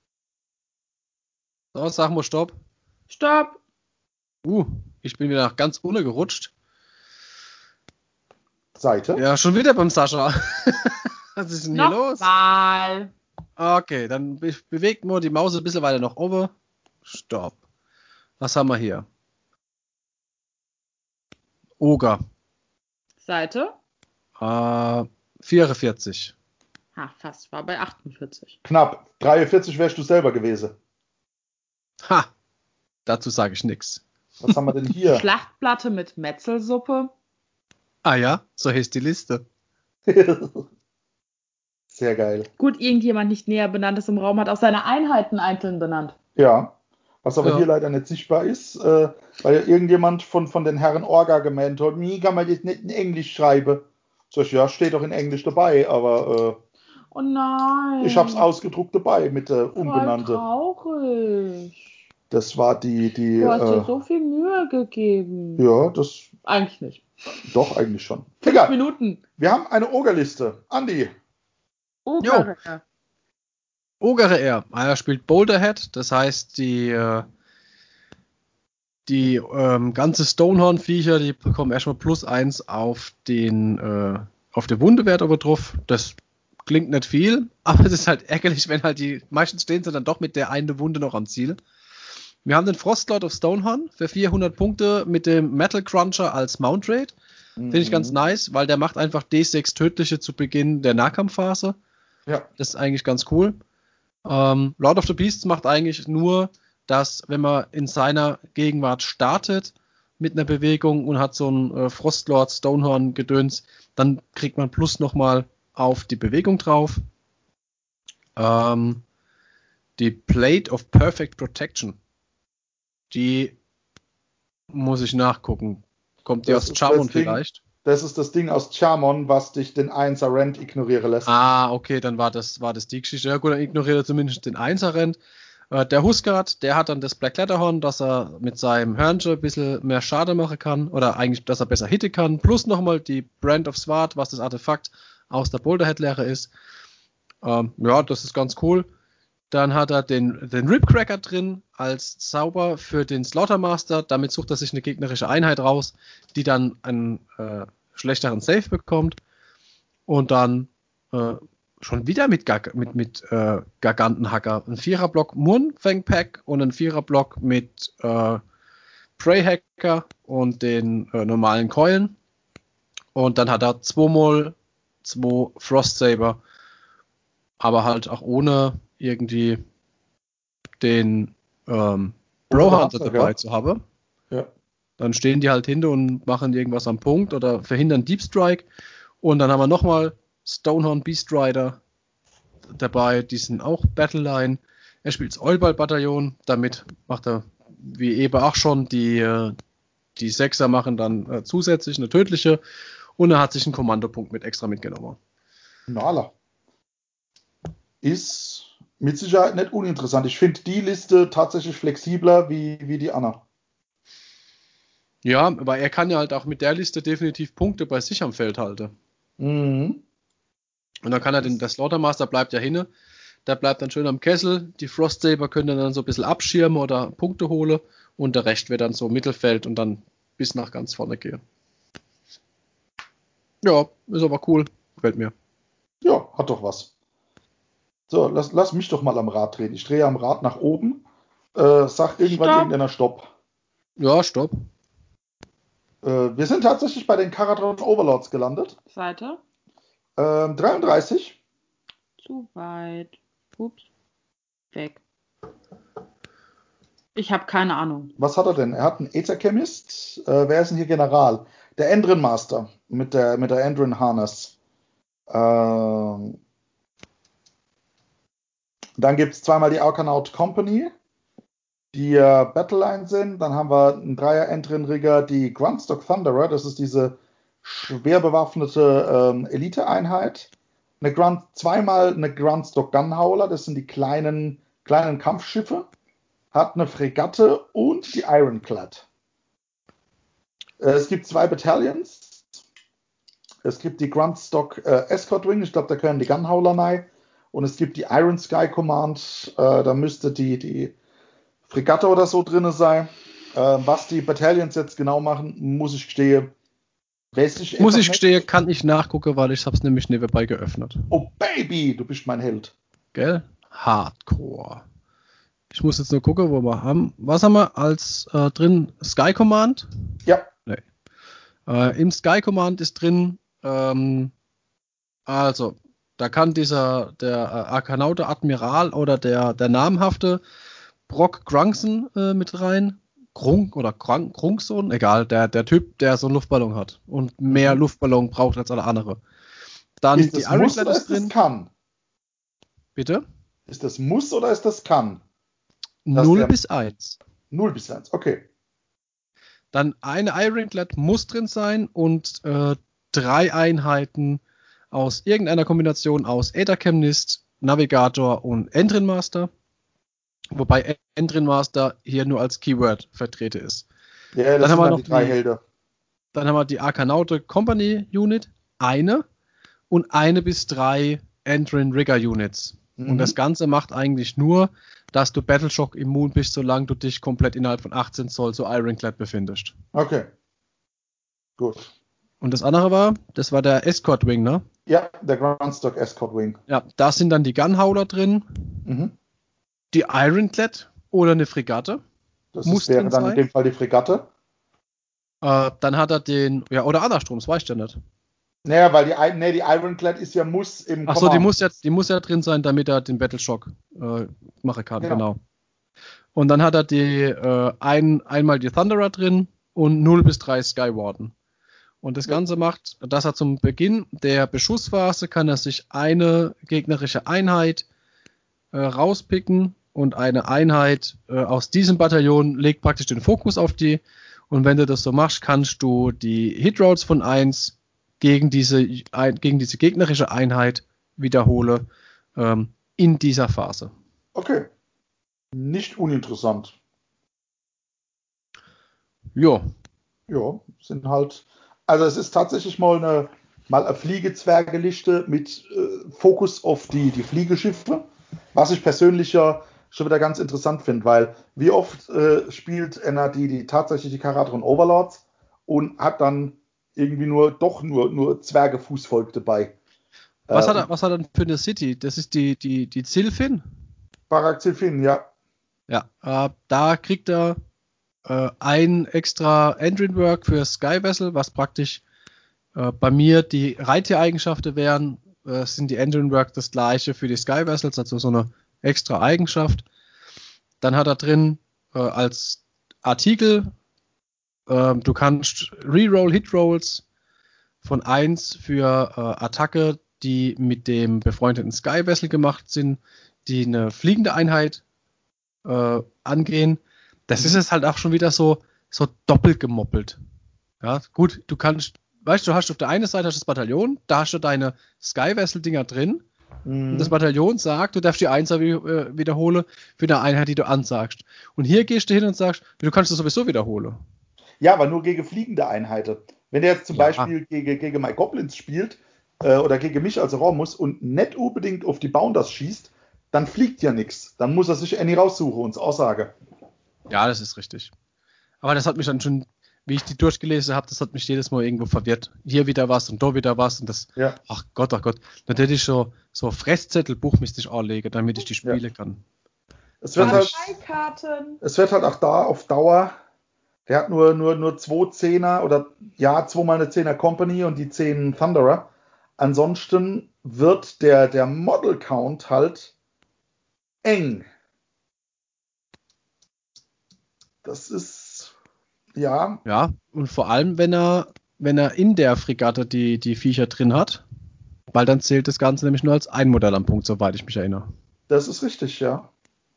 So, sag mal Stopp. Stopp! Ich bin wieder ganz ohne gerutscht. Seite. Ja, schon wieder beim Sascha. Was ist denn hier los? Nochmal. Okay, dann bewegt nur die Maus ein bisschen weiter nach oben. Stopp. Was haben wir hier? Ogre. Seite. 44. Fast. War bei 48. Knapp. 43 wärst du selber gewesen. Ha! Dazu sage ich nichts. Was haben wir denn hier? Schlachtplatte mit Metzelsuppe. Ah ja, so heißt die Liste. Sehr geil. Gut, irgendjemand nicht näher benannt ist im Raum, hat auch seine Einheiten einzeln benannt. Ja. Was aber hier leider nicht sichtbar ist, weil irgendjemand von den Herren Orga gemeint hat, nie kann man das nicht in Englisch schreiben. Sag ich, ja, steht doch in Englisch dabei, aber Oh nein. ich hab's ausgedruckt dabei mit der Umbenannte. Voll traurig. Das war die. Du hast dir so viel Mühe gegeben. Ja, das. Eigentlich nicht. Doch, eigentlich schon. 5 Minuten. Wir haben eine Ogerliste. Andi. Ogre. Ogre er. Er spielt Boulderhead, das heißt, die ganze Stonehorn-Viecher, die bekommen erstmal +1 auf den Wundewert aber drauf. Das klingt nicht viel, aber es ist halt ärgerlich, wenn halt die meisten stehen sie dann doch mit der einen Wunde noch am Ziel. Wir haben den Frostlord of Stonehorn für 400 Punkte mit dem Metal Cruncher als Mount Raid. Finde ich ganz nice, weil der macht einfach D6 tödliche zu Beginn der Nahkampfphase. Ja. Das ist eigentlich ganz cool. Lord of the Beasts macht eigentlich nur, dass wenn man in seiner Gegenwart startet mit einer Bewegung und hat so ein Frostlord Stonehorn Gedöns, dann kriegt man plus nochmal auf die Bewegung drauf. Die Plate of Perfect Protection. Die muss ich nachgucken. Kommt die Das aus ist Charmon das Ding. vielleicht? Das ist das Ding aus Charmon, was dich den 1er Rent ignorieren lässt. Ah, okay, dann war das die Geschichte. Ja gut, dann ignoriert er zumindest den 1er Rent. Der Husgard, der hat dann das Black Leatherhorn, dass er mit seinem Hörnchen ein bisschen mehr Schade machen kann. Oder eigentlich, dass er besser hitte kann. Plus nochmal die Brand of Sword, was das Artefakt aus der Boulderhead-Lehre ist. Ja, das ist ganz cool. Dann hat er den Ribcracker drin als Zauber für den Slaughtermaster. Damit sucht er sich eine gegnerische Einheit raus, die dann einen schlechteren Save bekommt. Und dann schon wieder mit Gargantenhacker. Ein 4er-Block Murnfang-Pack und ein 4er-Block mit Prey-Hacker und den normalen Keulen. Und dann hat er 2x2 Frost-Saber, aber halt auch ohne irgendwie den Bro-Hunter dabei zu haben. Ja. Dann stehen die halt hinter und machen irgendwas am Punkt oder verhindern Deep Strike. Und dann haben wir nochmal Stonehorn Beast Rider dabei, die sind auch Battleline. Er spielt das Oilball-Bataillon, damit macht er, wie eben auch schon, die 6er machen dann zusätzlich eine tödliche und er hat sich einen Kommandopunkt mit extra mitgenommen. Nala. Ist mit Sicherheit nicht uninteressant. Ich finde die Liste tatsächlich flexibler wie die Anna. Ja, aber er kann ja halt auch mit der Liste definitiv Punkte bei sich am Feld halten. Mhm. Und dann kann er der Slaughtermaster bleibt ja hinne. Der bleibt dann schön am Kessel. Die Frost Saber können dann so ein bisschen abschirmen oder Punkte holen. Und der Rest wird dann so Mittelfeld und dann bis nach ganz vorne gehen. Ja, ist aber cool. Gefällt mir. Ja, hat doch was. So, lass mich doch mal am Rad drehen. Ich drehe am Rad nach oben. Sagt irgendwann Stopp. irgendeiner Stopp. Ja, stopp. Wir sind tatsächlich bei den Karadron Overlords gelandet. Seite. 33. Zu weit. Ups. Weg. Ich habe keine Ahnung. Was hat er denn? Er hat einen Aether Chemist. Wer ist denn hier General? Der Endrin Master mit der Endrin Harness. Dann gibt es zweimal die Arcanaut Company, die Battleline sind. Dann haben wir einen Dreier Endrin-Rigger, die Grunstock Thunderer. Das ist diese schwer bewaffnete Elite-Einheit. Zweimal eine Grunstock Gunhauler. Das sind die kleinen Kampfschiffe. Hat eine Fregatte und die Ironclad. Es gibt 2 Battalions. Es gibt die Grunstock Escort Wing. Ich glaube, da können die Gunhauler rein. Und es gibt die Iron Sky Command. Da müsste die Fregatte oder so drin sein. Was die Battalions jetzt genau machen, muss ich gestehen. Kann ich nachgucken, weil ich habe es nämlich nebenbei geöffnet. Oh Baby, du bist mein Held. Gell? Hardcore. Ich muss jetzt nur gucken, wo wir haben. Was haben wir als drin? Sky Command? Ja. Nee. Im Sky Command ist drin, also, da kann der Arkanaute Admiral oder der namhafte Brock Grunkson mit rein. Grunkson, egal, der Typ, der so einen Luftballon hat und mehr Luftballon braucht als alle andere. Dann Ist die das muss Ironclad oder ist ist das drin. kann? Bitte? Ist das muss oder ist das kann? 0 bis 1. 0 bis 1, okay. Dann eine Ironclad muss drin sein und 3 Einheiten aus irgendeiner Kombination aus Aether Chemist, Navigator und Endrin Master. Wobei Endrin Master hier nur als Keyword vertreten ist. Ja, das dann haben wir sind noch die 3 Helden. Dann haben wir die Arkanaute Company Unit, eine und 1 bis 3 Endrin Rigger Units. Und das Ganze macht eigentlich nur, dass du Battleshock immun bist, solange du dich komplett innerhalb von 18 Zoll zu Ironclad befindest. Okay. Gut. Und das andere das war der Escort Wing, ne? Ja, der Grunstock Escort Wing. Ja, da sind dann die Gunhauler drin, die Ironclad oder eine Fregatte. Wäre dann in dem Fall die Fregatte. Dann hat er oder andersrum, das weiß ich ja nicht. Naja, weil die Ironclad ist ja muss im Achso, die muss ja drin sein, damit er den Battleshock machen kann, genau. Und dann hat er einmal die Thunderer drin und 0 bis 3 Skywarden. Und das Ganze macht, dass er zum Beginn der Beschussphase kann er sich eine gegnerische Einheit rauspicken und eine Einheit aus diesem Bataillon legt praktisch den Fokus auf die. Und wenn du das so machst, kannst du die Hitrolls von 1 gegen diese gegnerische Einheit wiederholen in dieser Phase. Okay. Nicht uninteressant. Jo. Ja, sind halt. Also es ist tatsächlich mal eine Fliegezwergeliste mit Fokus auf die Fliegeschiffe, was ich persönlich ja schon wieder ganz interessant finde, weil wie oft spielt einer die tatsächlich die Charaktere und Overlords und hat dann irgendwie nur Zwergefußvolk dabei. Was hat er denn für eine City? Das ist die Zilfin? Barak Zilfin, ja. Ja, da kriegt er ein extra Engine Work für Sky Vessel, was praktisch bei mir die Reitiereigenschaften wären, sind die Engine Work das gleiche für die Sky Vessels, also so eine extra Eigenschaft. Dann hat er drin als Artikel, du kannst Reroll Hitrolls von 1 für Attacke, die mit dem befreundeten Sky Vessel gemacht sind, die eine fliegende Einheit angehen. Das ist es halt auch schon wieder so doppelt gemoppelt. Ja, gut, du kannst, weißt du, hast auf der einen Seite hast du das Bataillon, da hast du deine Sky Vessel Dinger drin. Und das Bataillon sagt, du darfst die Einser wiederholen für eine Einheit, die du ansagst. Und hier gehst du hin und sagst, du kannst es sowieso wiederholen. Ja, aber nur gegen fliegende Einheiten. Wenn er jetzt zum Beispiel gegen My Goblins spielt oder gegen mich als Raumus und nicht unbedingt auf die Bounders schießt, dann fliegt ja nichts. Dann muss er sich Annie raussuchen und Aussage. Ja, das ist richtig. Aber das hat mich dann schon, wie ich die durchgelesen habe, das hat mich jedes Mal irgendwo verwirrt. Hier wieder was und da wieder was und das, ja. Ach Gott. Dann hätte ich so Fresszettelbuch müsste ich anlegen, damit ich die spielen kann. Es wird halt auch da auf Dauer, der hat nur 2 Zehner oder ja, 2 mal eine 10er Company und die 10 Thunderer. Ansonsten wird der Model Count halt eng. Das ist, ja. Ja, und vor allem, wenn er in der Fregatte die Viecher drin hat, weil dann zählt das Ganze nämlich nur als ein Modell am Punkt, soweit ich mich erinnere. Das ist richtig, ja.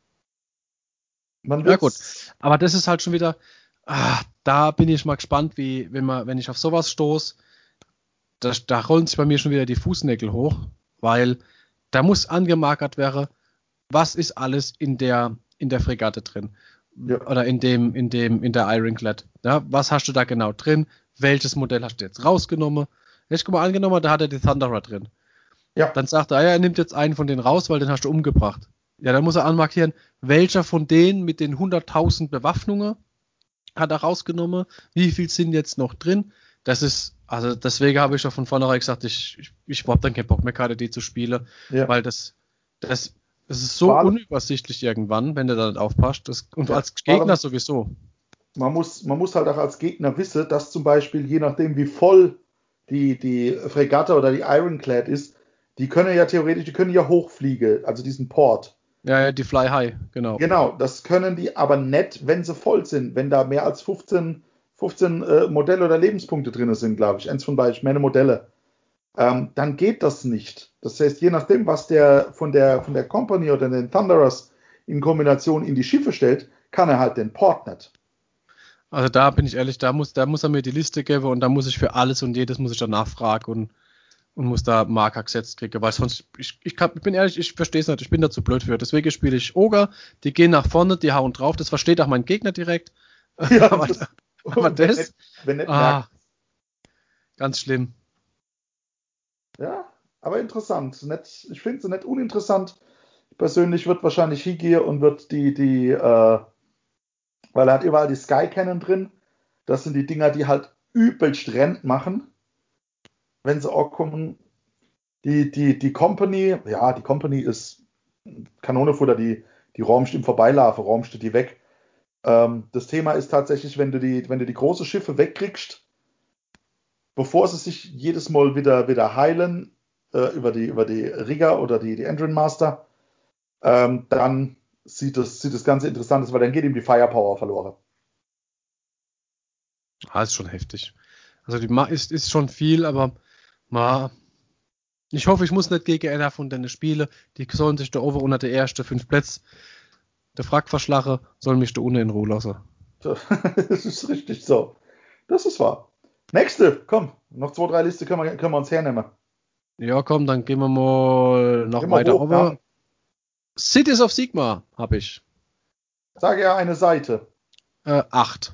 Ja gut, aber das ist halt schon wieder, da bin ich mal gespannt, wenn ich auf sowas stoße, da rollen sich bei mir schon wieder die Fußnägel hoch, weil da muss angemarkert werden, was ist alles in der Fregatte drin. Ja. Oder in der Ironclad. Ja, was hast du da genau drin? Welches Modell hast du jetzt rausgenommen? Jetzt guck mal, angenommen, da hat er die Thunderer drin. Ja. Dann sagt er nimmt jetzt einen von denen raus, weil den hast du umgebracht. Ja, dann muss er anmarkieren, welcher von denen mit den 100.000 Bewaffnungen hat er rausgenommen? Wie viel sind jetzt noch drin? Das ist, also deswegen habe ich schon von vornherein gesagt, ich habe dann keinen Bock mehr, KDD zu spielen, weil das ist so unübersichtlich irgendwann, wenn du da nicht aufpasst. Und als Gegner sowieso. Man muss halt auch als Gegner wissen, dass zum Beispiel, je nachdem wie voll die Fregatte oder die Ironclad ist, die können ja hochfliegen, also diesen Port. Ja, die Fly High, genau. Genau, das können die aber nicht, wenn sie voll sind, wenn da mehr als 15 Modelle oder Lebenspunkte drin sind, glaube ich. Eins von beiden, meine Modelle. Dann geht das nicht. Das heißt, je nachdem, was der von der Company oder den Thunderers in Kombination in die Schiffe stellt, kann er halt den Port nicht. Also da bin ich ehrlich, da muss er mir die Liste geben und da muss ich für alles und jedes muss ich dann nachfragen und muss da Marker gesetzt kriegen, weil sonst, ich bin ehrlich, ich verstehe es nicht, ich bin da zu blöd für. Deswegen spiele ich Ogre, die gehen nach vorne, die hauen drauf, das versteht auch mein Gegner direkt. Ja, aber das, wenn nicht merkt. Ganz schlimm. Ja, aber interessant. Ich finde es nicht uninteressant. Persönlich wird wahrscheinlich hingehen und wird weil er hat überall die Sky Cannon drin. Das sind die Dinger, die halt übelst Rent machen, wenn sie auch kommen. Die Company, ja, die Company ist Kanonenfutter, die räumst im Vorbeilaufen, räumst du die weg. Das Thema ist tatsächlich, wenn du die großen Schiffe wegkriegst, bevor sie sich jedes Mal wieder heilen, über die Rigger oder die Engine Master, dann sieht das Ganze interessant aus, weil dann geht ihm die Firepower verloren. Das ist schon heftig. Also die ist schon viel, aber ich hoffe, ich muss nicht gegen einer von denen spielen. Die sollen sich da oben unter der ersten 5 Plätze der Frack verschlagen, sollen mich da unten in Ruhe lassen. Das ist richtig so. Das ist wahr. Nächste, komm. Noch 2, 3 Liste können wir uns hernehmen. Ja, komm, dann gehen wir mal noch Gehen wir weiter hoch, oben. ja. Cities of Sigmar habe ich. Sage ja eine Seite. 8.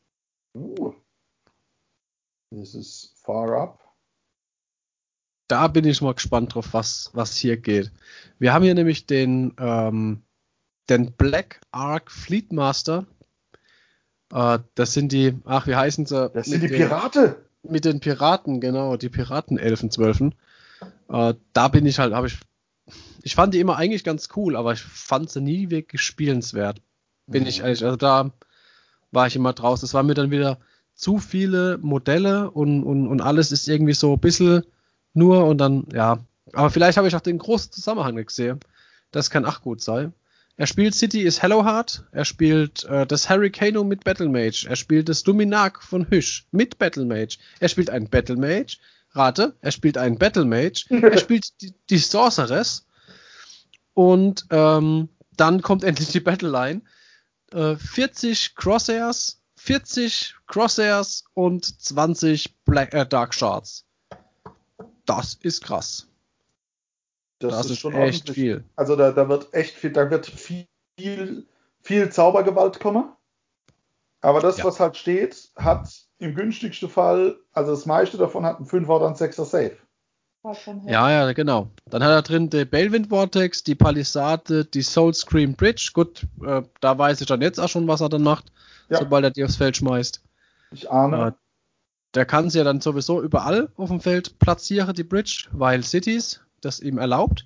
Das ist far up. Da bin ich mal gespannt drauf, was hier geht. Wir haben hier nämlich den Black Ark Fleetmaster. Das sind die, wie heißen sie? Das sind die Piraten. Mit den Piraten, genau, die Piraten-Elfen-12. Da bin ich halt, ich fand die immer eigentlich ganz cool, aber ich fand sie nie wirklich spielenswert. Bin ich ehrlich, also da war ich immer draußen. Es waren mir dann wieder zu viele Modelle und alles ist irgendwie so ein bisschen nur und dann, ja. Aber vielleicht habe ich auch den großen Zusammenhang nicht gesehen. Das kann auch gut sein. Er spielt City is Hellowheart, er spielt das Hurricano mit Battlemage, er spielt das Dominak von Hüsch mit Battlemage, er spielt einen Battlemage, er spielt einen Battlemage, er spielt die Sorceress und dann kommt endlich die Battleline. 40 Crosshairs und 20 Dark Shards. Das ist krass. Das ist schon echt ordentlich. viel. Also da wird echt viel, da wird viel Zaubergewalt kommen. Aber das, was halt steht, hat im günstigsten Fall, also das meiste davon hat einen 5er oder einen 6er Safe. Ja, genau. Dann hat er drin die Balewind Vortex, die Palisade, die Soul Scream Bridge. Gut, da weiß ich dann jetzt auch schon, was er dann macht, sobald er die aufs Feld schmeißt. Ich ahne. Der kann sie ja dann sowieso überall auf dem Feld platzieren, die Bridge, weil Cities das ihm erlaubt.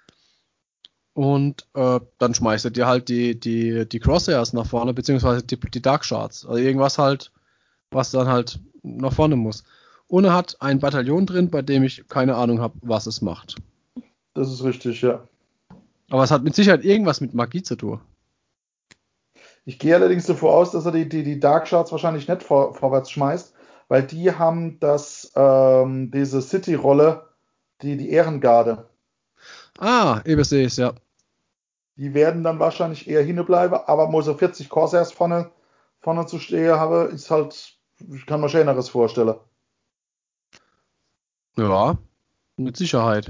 Und dann schmeißt er dir halt die Crosshairs nach vorne, beziehungsweise die Dark Shards. Also irgendwas halt, was dann halt nach vorne muss. Und er hat ein Bataillon drin, bei dem ich keine Ahnung habe, was es macht. Das ist richtig, ja. Aber es hat mit Sicherheit irgendwas mit Magie zu tun. Ich gehe allerdings davon aus, dass er die Dark Shards wahrscheinlich nicht vorwärts schmeißt, weil die haben diese City-Rolle, die Ehrengarde. Eben sehe ich es, ja. Die werden dann wahrscheinlich eher hinbleiben, aber muss er 40 Corsairs vorne zu stehen haben, ist halt, ich kann mir Schöneres vorstellen. Ja, mit Sicherheit.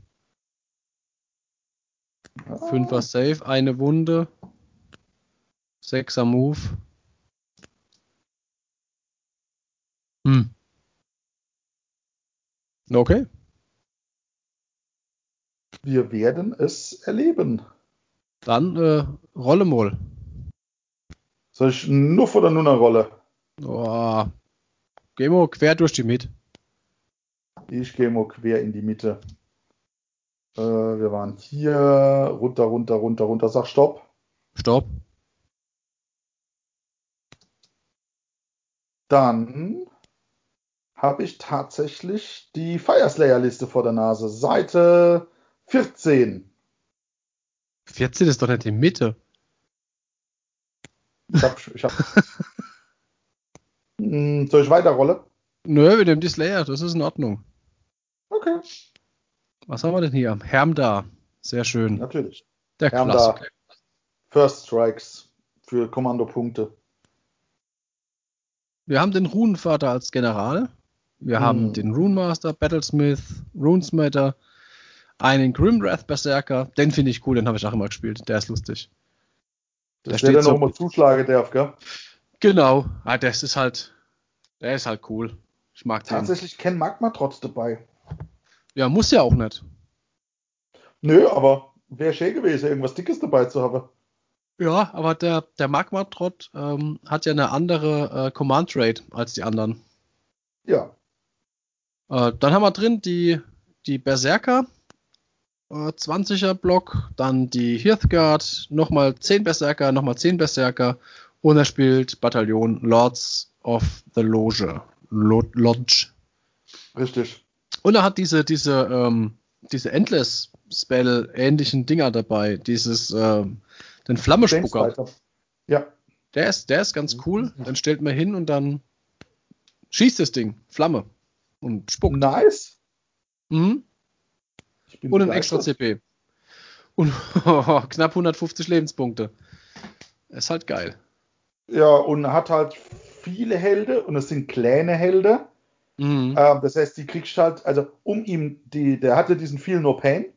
5er Save, eine Wunde, 6er Move. Okay. Wir werden es erleben. Dann Rolle mal. Soll ich Nuff oder nur eine Rolle? Oh, gehen wir quer durch die Mitte. Ich gehe mal quer in die Mitte. Wir waren hier. Runter. Sag Stopp. Stopp. Dann habe ich tatsächlich die Fireslayer-Liste vor der Nase. Seite 14. 14 ist doch nicht die Mitte. Ich hab. Soll ich weiterrollen? Nö, wir nehmen die Slayer, das ist in Ordnung. Okay. Was haben wir denn hier? Hermda. Sehr schön. Natürlich. Der Klassiker. First Strikes für Kommandopunkte. Wir haben den Runenvater als General. Wir haben den Runemaster, Battlesmith, Runesmatter, einen Grimwrath Berserker. Den finde ich cool, den habe ich auch immer gespielt. Der ist lustig. Das der noch mal zuschlagen darf, gell? Genau. Der ist halt cool. Ich mag den. Tatsächlich kein Magma-Trotz dabei. Ja, muss ja auch nicht. Nö, aber wäre schön gewesen, irgendwas Dickes dabei zu haben. Ja, aber der Magma-Trott hat ja eine andere Command-Rate als die anderen. Ja. Dann haben wir drin die Berserker, 20er Block, dann die Hearthguard, nochmal 10 Berserker, nochmal 10 Berserker und er spielt Bataillon Lords of the Lodge. Richtig. Und er hat diese Endless-Spell-ähnlichen Dinger dabei, den Flammespucker. Ja. Der ist ganz cool. Dann stellt man hin und dann schießt das Ding, Flamme und spuckt. Nice. Mhm. Ich bin Und ein begeistert. extra CP. Und knapp 150 Lebenspunkte. Ist halt geil. Ja, und hat halt viele Helden und es sind kleine Helden. Mhm. Das heißt, die kriegst halt, also um ihm, der hatte diesen Feel No Pain.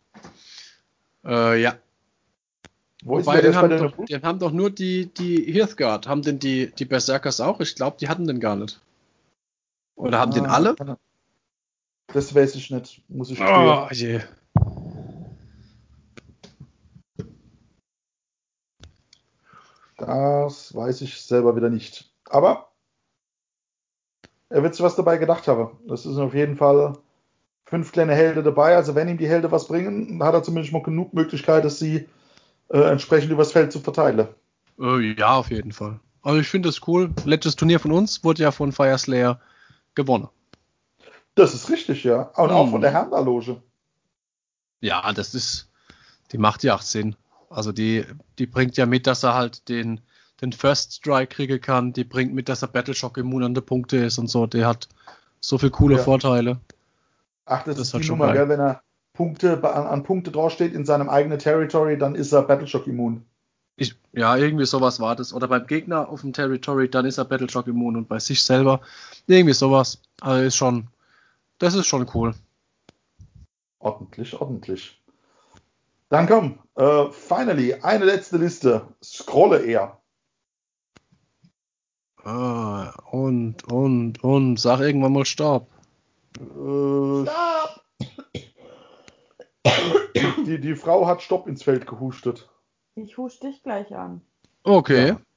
Ja. Wo Wobei, ist denn der? den haben doch nur die Hearthguard. Haben denn die Berserkers auch? Ich glaube, die hatten den gar nicht. Oder haben den alle? Das weiß ich nicht, muss ich Oh, je. Das weiß ich selber wieder nicht. Aber er wird sich was dabei gedacht haben. Das ist auf jeden Fall 5 kleine Helden dabei. Also wenn ihm die Helden was bringen, hat er zumindest mal genug Möglichkeiten, sie entsprechend übers Feld zu verteilen. Ja, auf jeden Fall. Also ich finde das cool. Letztes Turnier von uns wurde ja von Fire Slayer gewonnen. Das ist richtig, ja. Und auch von der Herrenloge. Ja, die macht ja auch Sinn. Also die bringt ja mit, dass er halt den First Strike kriegen kann. Die bringt mit, dass er Battleshock immun an der Punkte ist und so. Der hat so viele coole Vorteile. Ach, das ist halt die schon Nummer, geil. gell? Wenn er an Punkte draufsteht in seinem eigenen Territory, dann ist er Battleshock immun. Ja, irgendwie sowas war das. Oder beim Gegner auf dem Territory, dann ist er Battleshock immun und bei sich selber irgendwie sowas. Also das ist schon cool. Ordentlich. Dann komm, finally, eine letzte Liste. Scrolle eher. Und sag irgendwann mal Stopp. Stopp! Die Frau hat Stopp ins Feld gehustet. Ich husch dich gleich an. Okay. Ja.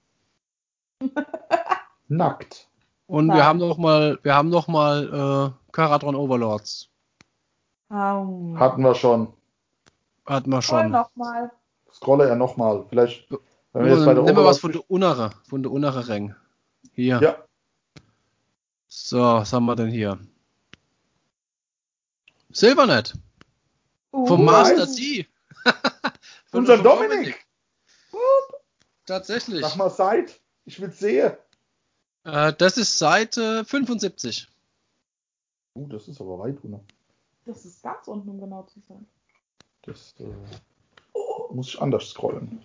Nackt. Und Nein. wir haben noch mal Karadron Overlords. Hatten wir schon. Hatten wir Scroll schon. nochmal. Scrolle er nochmal. Vielleicht, wenn wir jetzt bei der Nehmen wir was Overlords von der Unere Reng. Hier. Ja. So, was haben wir denn hier? Silvernet. Vom Master nice. D. Unser Vom Dominik. Tatsächlich. Sag mal Seite. Ich will sehen. Das ist Seite 75. Das ist aber weit runter. Das ist ganz unten, um genau zu sein. Das muss ich anders scrollen.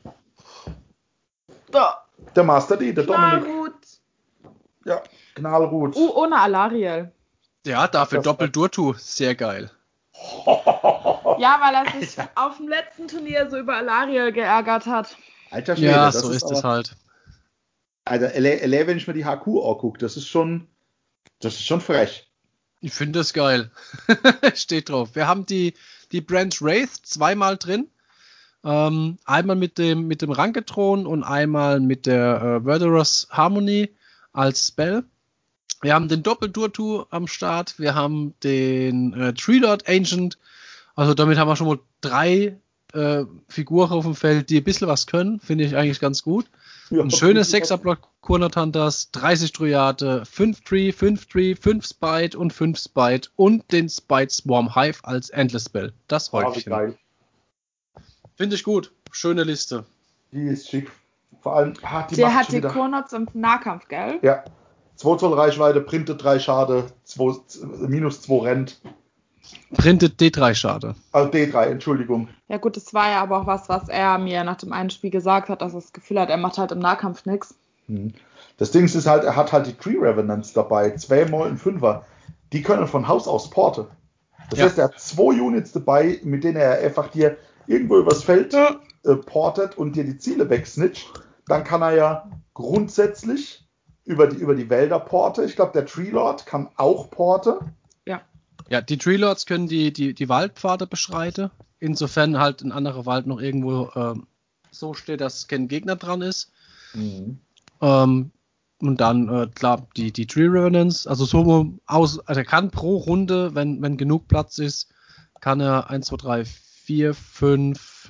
Da. Der Master D, der Dominik. Knallgut. Ja, Knallgut. Ohne Alariel. Ja, dafür Doppel-Durtu. Sehr geil. Ja, weil er sich auf dem letzten Turnier so über Alariel geärgert hat. Alter Schwede, Ja, das so ist aber, es halt. Also, wenn ich mir die HQ angucke, das ist schon frech. Ich finde das geil. Steht drauf. Wir haben die Branch Wraith zweimal drin. Einmal mit dem Rankethron und einmal mit der Verderos Harmony als Spell. Wir haben den Doppel-Durtu am Start. Wir haben den Tree Lord Ancient. Also damit haben wir schon mal 3 Figuren auf dem Feld, die ein bisschen was können. Finde ich eigentlich ganz gut. Ja, ein schönes 6er-Block Kurnatantas, 30 Dryade, 5 Tree, 5 Spite und 5 Spite und den Spite Swarm Hive als Endless Spell. Das Häufchen. Geil. Finde ich gut. Schöne Liste. Die ist schick. Vor allem, Der hat die Kurnots im Nahkampf, gell? Ja. 2 Zoll Reichweite, printet 3 Schade, -2 rennt. Printet D3 Schade. Also D3, Entschuldigung. Ja gut, das war ja aber auch was er mir nach dem einen Spiel gesagt hat, dass er das Gefühl hat, er macht halt im Nahkampf nichts. Das Ding ist halt, er hat halt die Tree Revenants dabei, 2 mal ein 5er. Die können von Haus aus porten. Das heißt, er hat 2 Units dabei, mit denen er einfach dir irgendwo übers Feld portet und dir die Ziele wegsnitcht. Dann kann er ja grundsätzlich über die Wälder porten. Ich glaube, der Tree Lord kann auch porten. Ja, die Tree Lords können die Waldpfade beschreiten. Insofern halt ein anderer Wald noch irgendwo so steht, dass kein Gegner dran ist. Und dann, klar, die Tree Revenants, also er kann pro Runde, wenn genug Platz ist, kann er 1, 2, 3, 4, 5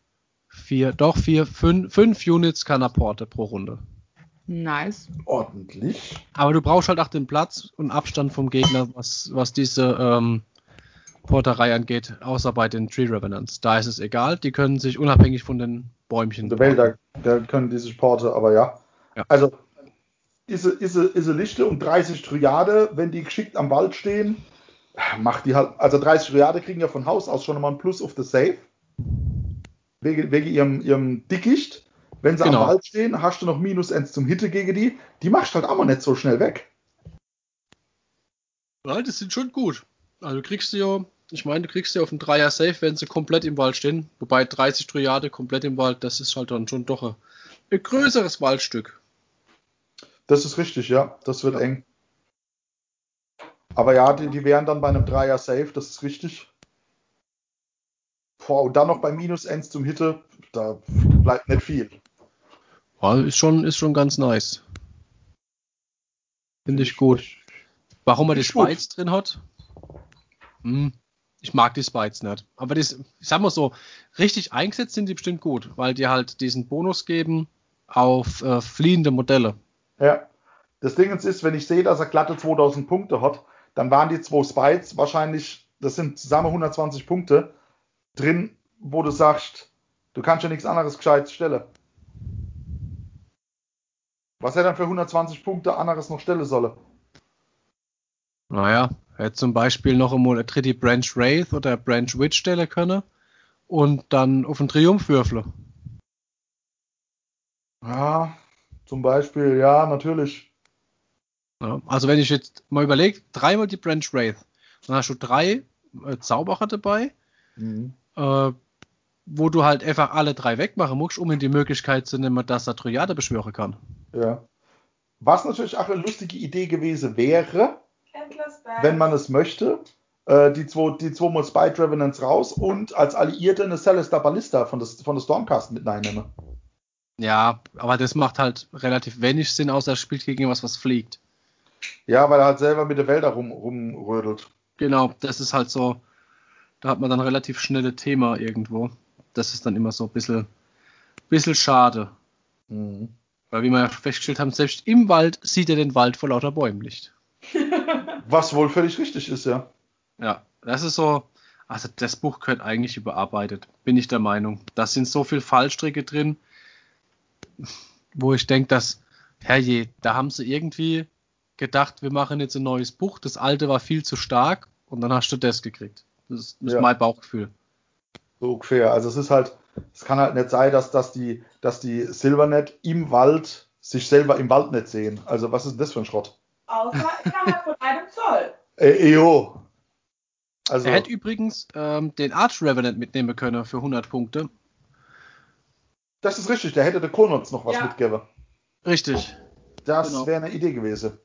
Units kann er porten pro Runde. Nice. Ordentlich. Aber du brauchst halt auch den Platz und Abstand vom Gegner, was diese Porterei angeht, außer bei den Tree Revenants. Da ist es egal, die können sich unabhängig von den Bäumchen Die Wälder, da können die sich porten, aber ja. Ja. Also, ist eine Liste um 30 Triade, wenn die geschickt am Wald stehen, macht die halt, also 30 Triade kriegen ja von Haus aus schon mal ein Plus auf the Save, wegen ihrem Dickicht. Wenn sie am Wald stehen, hast du noch -1 zum Hitte gegen die. Die machst halt auch mal nicht so schnell weg. Ja, die sind schon gut. Also du kriegst ja auf den Dreier Safe, wenn sie komplett im Wald stehen. Wobei 30 Triade komplett im Wald, das ist halt dann schon doch ein größeres Waldstück. Das ist richtig, ja. Das wird eng. Aber ja, die wären dann bei einem Dreier Safe, das ist richtig. Boah, und dann noch bei -1 zum Hitte, da bleibt nicht viel. Ja, ist schon ganz nice. Finde ich gut. Warum er die Spites drin hat? Ich mag die Spites nicht. Aber ich sag mal so, richtig eingesetzt sind die bestimmt gut, weil die halt diesen Bonus geben auf fliehende Modelle. Ja. Das Ding ist, wenn ich sehe, dass er glatte 2000 Punkte hat, dann waren die 2 Spites wahrscheinlich, das sind zusammen 120 Punkte drin, wo du sagst, du kannst ja nichts anderes Gescheites stellen. Was er dann für 120 Punkte anderes noch stellen solle. Naja, er hätte zum Beispiel noch einmal eine dritte Branch Wraith oder Branch Witch stellen können und dann auf den Triumph würfeln. Ja, zum Beispiel, ja, natürlich. Ja, also wenn ich jetzt mal überlege, 3-mal die Branch Wraith, dann hast du 3 Zauberer dabei, wo du halt einfach alle 3 wegmachen musst, um in die Möglichkeit zu nehmen, dass er Triade beschwören kann. Ja. Was natürlich auch eine lustige Idee gewesen wäre, wenn man es möchte, die zwei mal Spite Revenants raus und als Alliierte eine Celestar Ballista von der Stormcast mit reinnehmen. Ja, aber das macht halt relativ wenig Sinn, außer er spielt gegen was fliegt. Ja, weil er halt selber mit den Wäldern rumrödelt. Genau, das ist halt so, da hat man dann relativ schnelle Thema irgendwo. Das ist dann immer so ein bisschen schade. Weil wie wir ja festgestellt haben, selbst im Wald sieht er den Wald vor lauter Bäumen nicht. Was wohl völlig richtig ist, ja. Ja, das ist so, also das Buch gehört eigentlich überarbeitet, bin ich der Meinung. Da sind so viele Fallstricke drin, wo ich denke, dass, herrje, da haben sie irgendwie gedacht, wir machen jetzt ein neues Buch, das alte war viel zu stark und dann hast du das gekriegt. Das ist mein Bauchgefühl. So ungefähr. Also es ist halt, es kann halt nicht sein, dass die Silvernet im Wald sich selber im Wald nicht sehen. Also was ist denn das für ein Schrott? Außer innerhalb von einem Zoll. Jo. Also, er hätte übrigens den Arch Revenant mitnehmen können für 100 Punkte. Das ist richtig, der hätte der Konots noch was mitgegeben. Richtig. Das wäre eine Idee gewesen.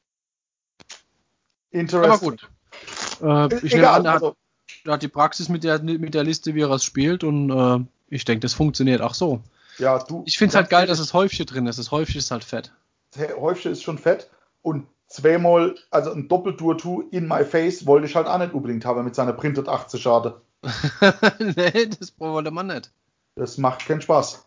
Interesting. Aber gut. Ich nehme an, er hat die Praxis mit der Liste, wie er es spielt und ich denke, das funktioniert auch so. Ja, ich finde es halt geil, dass das Häufchen drin ist. Das Häufchen ist halt fett. Das Häufchen ist schon fett und zweimal, also ein Doppel-Dur-2 in my face wollte ich halt auch nicht unbedingt haben mit seiner Printed 80 Schade. Nee, das wollte man nicht. Das macht keinen Spaß.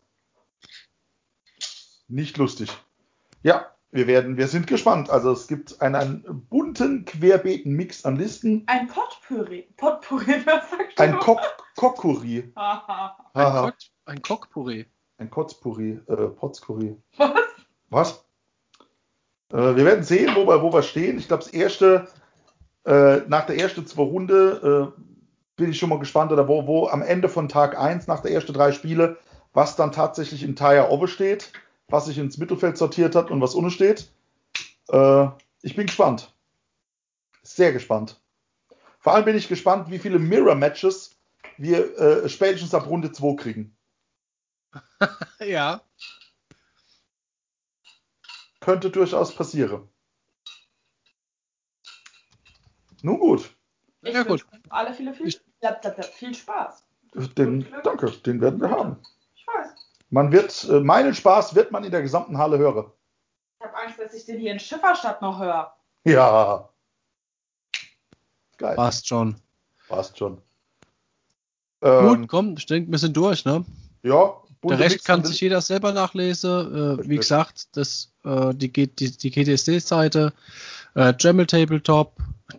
Nicht lustig. Ja, wir sind gespannt. Also es gibt einen bunten, querbeeten Mix an Listen. Ein Potpourri, was sagst du? Ein Cockpurri. Ein Cockpurri. Ein Kotzpurri. Potzpurri. Was? Wir werden sehen, wo wir stehen. Ich glaube, nach der ersten 2 Runde bin ich schon mal gespannt, oder wo am Ende von Tag 1, nach der ersten 3 Spiele, was dann tatsächlich in Tire Obe steht, was sich ins Mittelfeld sortiert hat und was unten steht. Ich bin gespannt. Sehr gespannt. Vor allem bin ich gespannt, wie viele Mirror-Matches wir spätestens ab Runde 2 kriegen. Ja. Könnte durchaus passieren. Nun gut. Ich wünsche alle viel Spaß. Danke, den werden wir haben. Ich weiß. Meinen Spaß wird man in der gesamten Halle hören. Ich habe Angst, dass ich den hier in Schifferstadt noch höre. Ja. Geil. Passt schon. Gut, komm, ich denke, wir sind durch, ne? Ja. Der Rest kann sich jeder selber nachlesen. Wie gesagt, die GTSD-Seite, German Tabletop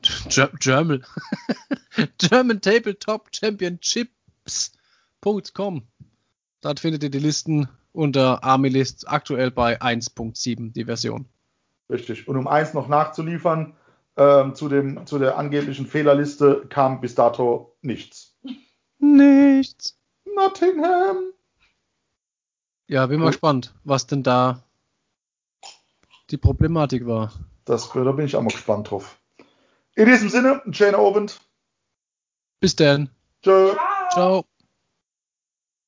Championships.com. Dort findet ihr die Listen unter Army List, aktuell bei 1.7 die Version. Richtig. Und um eins noch nachzuliefern, zu der angeblichen Fehlerliste kam bis dato nichts. Nichts. Nottingham. Ja, bin mal gespannt, was denn da die Problematik war. Da bin ich auch mal gespannt drauf. In diesem Sinne, einen schönen Abend. Bis dann. Tschö. Ciao. Ciao.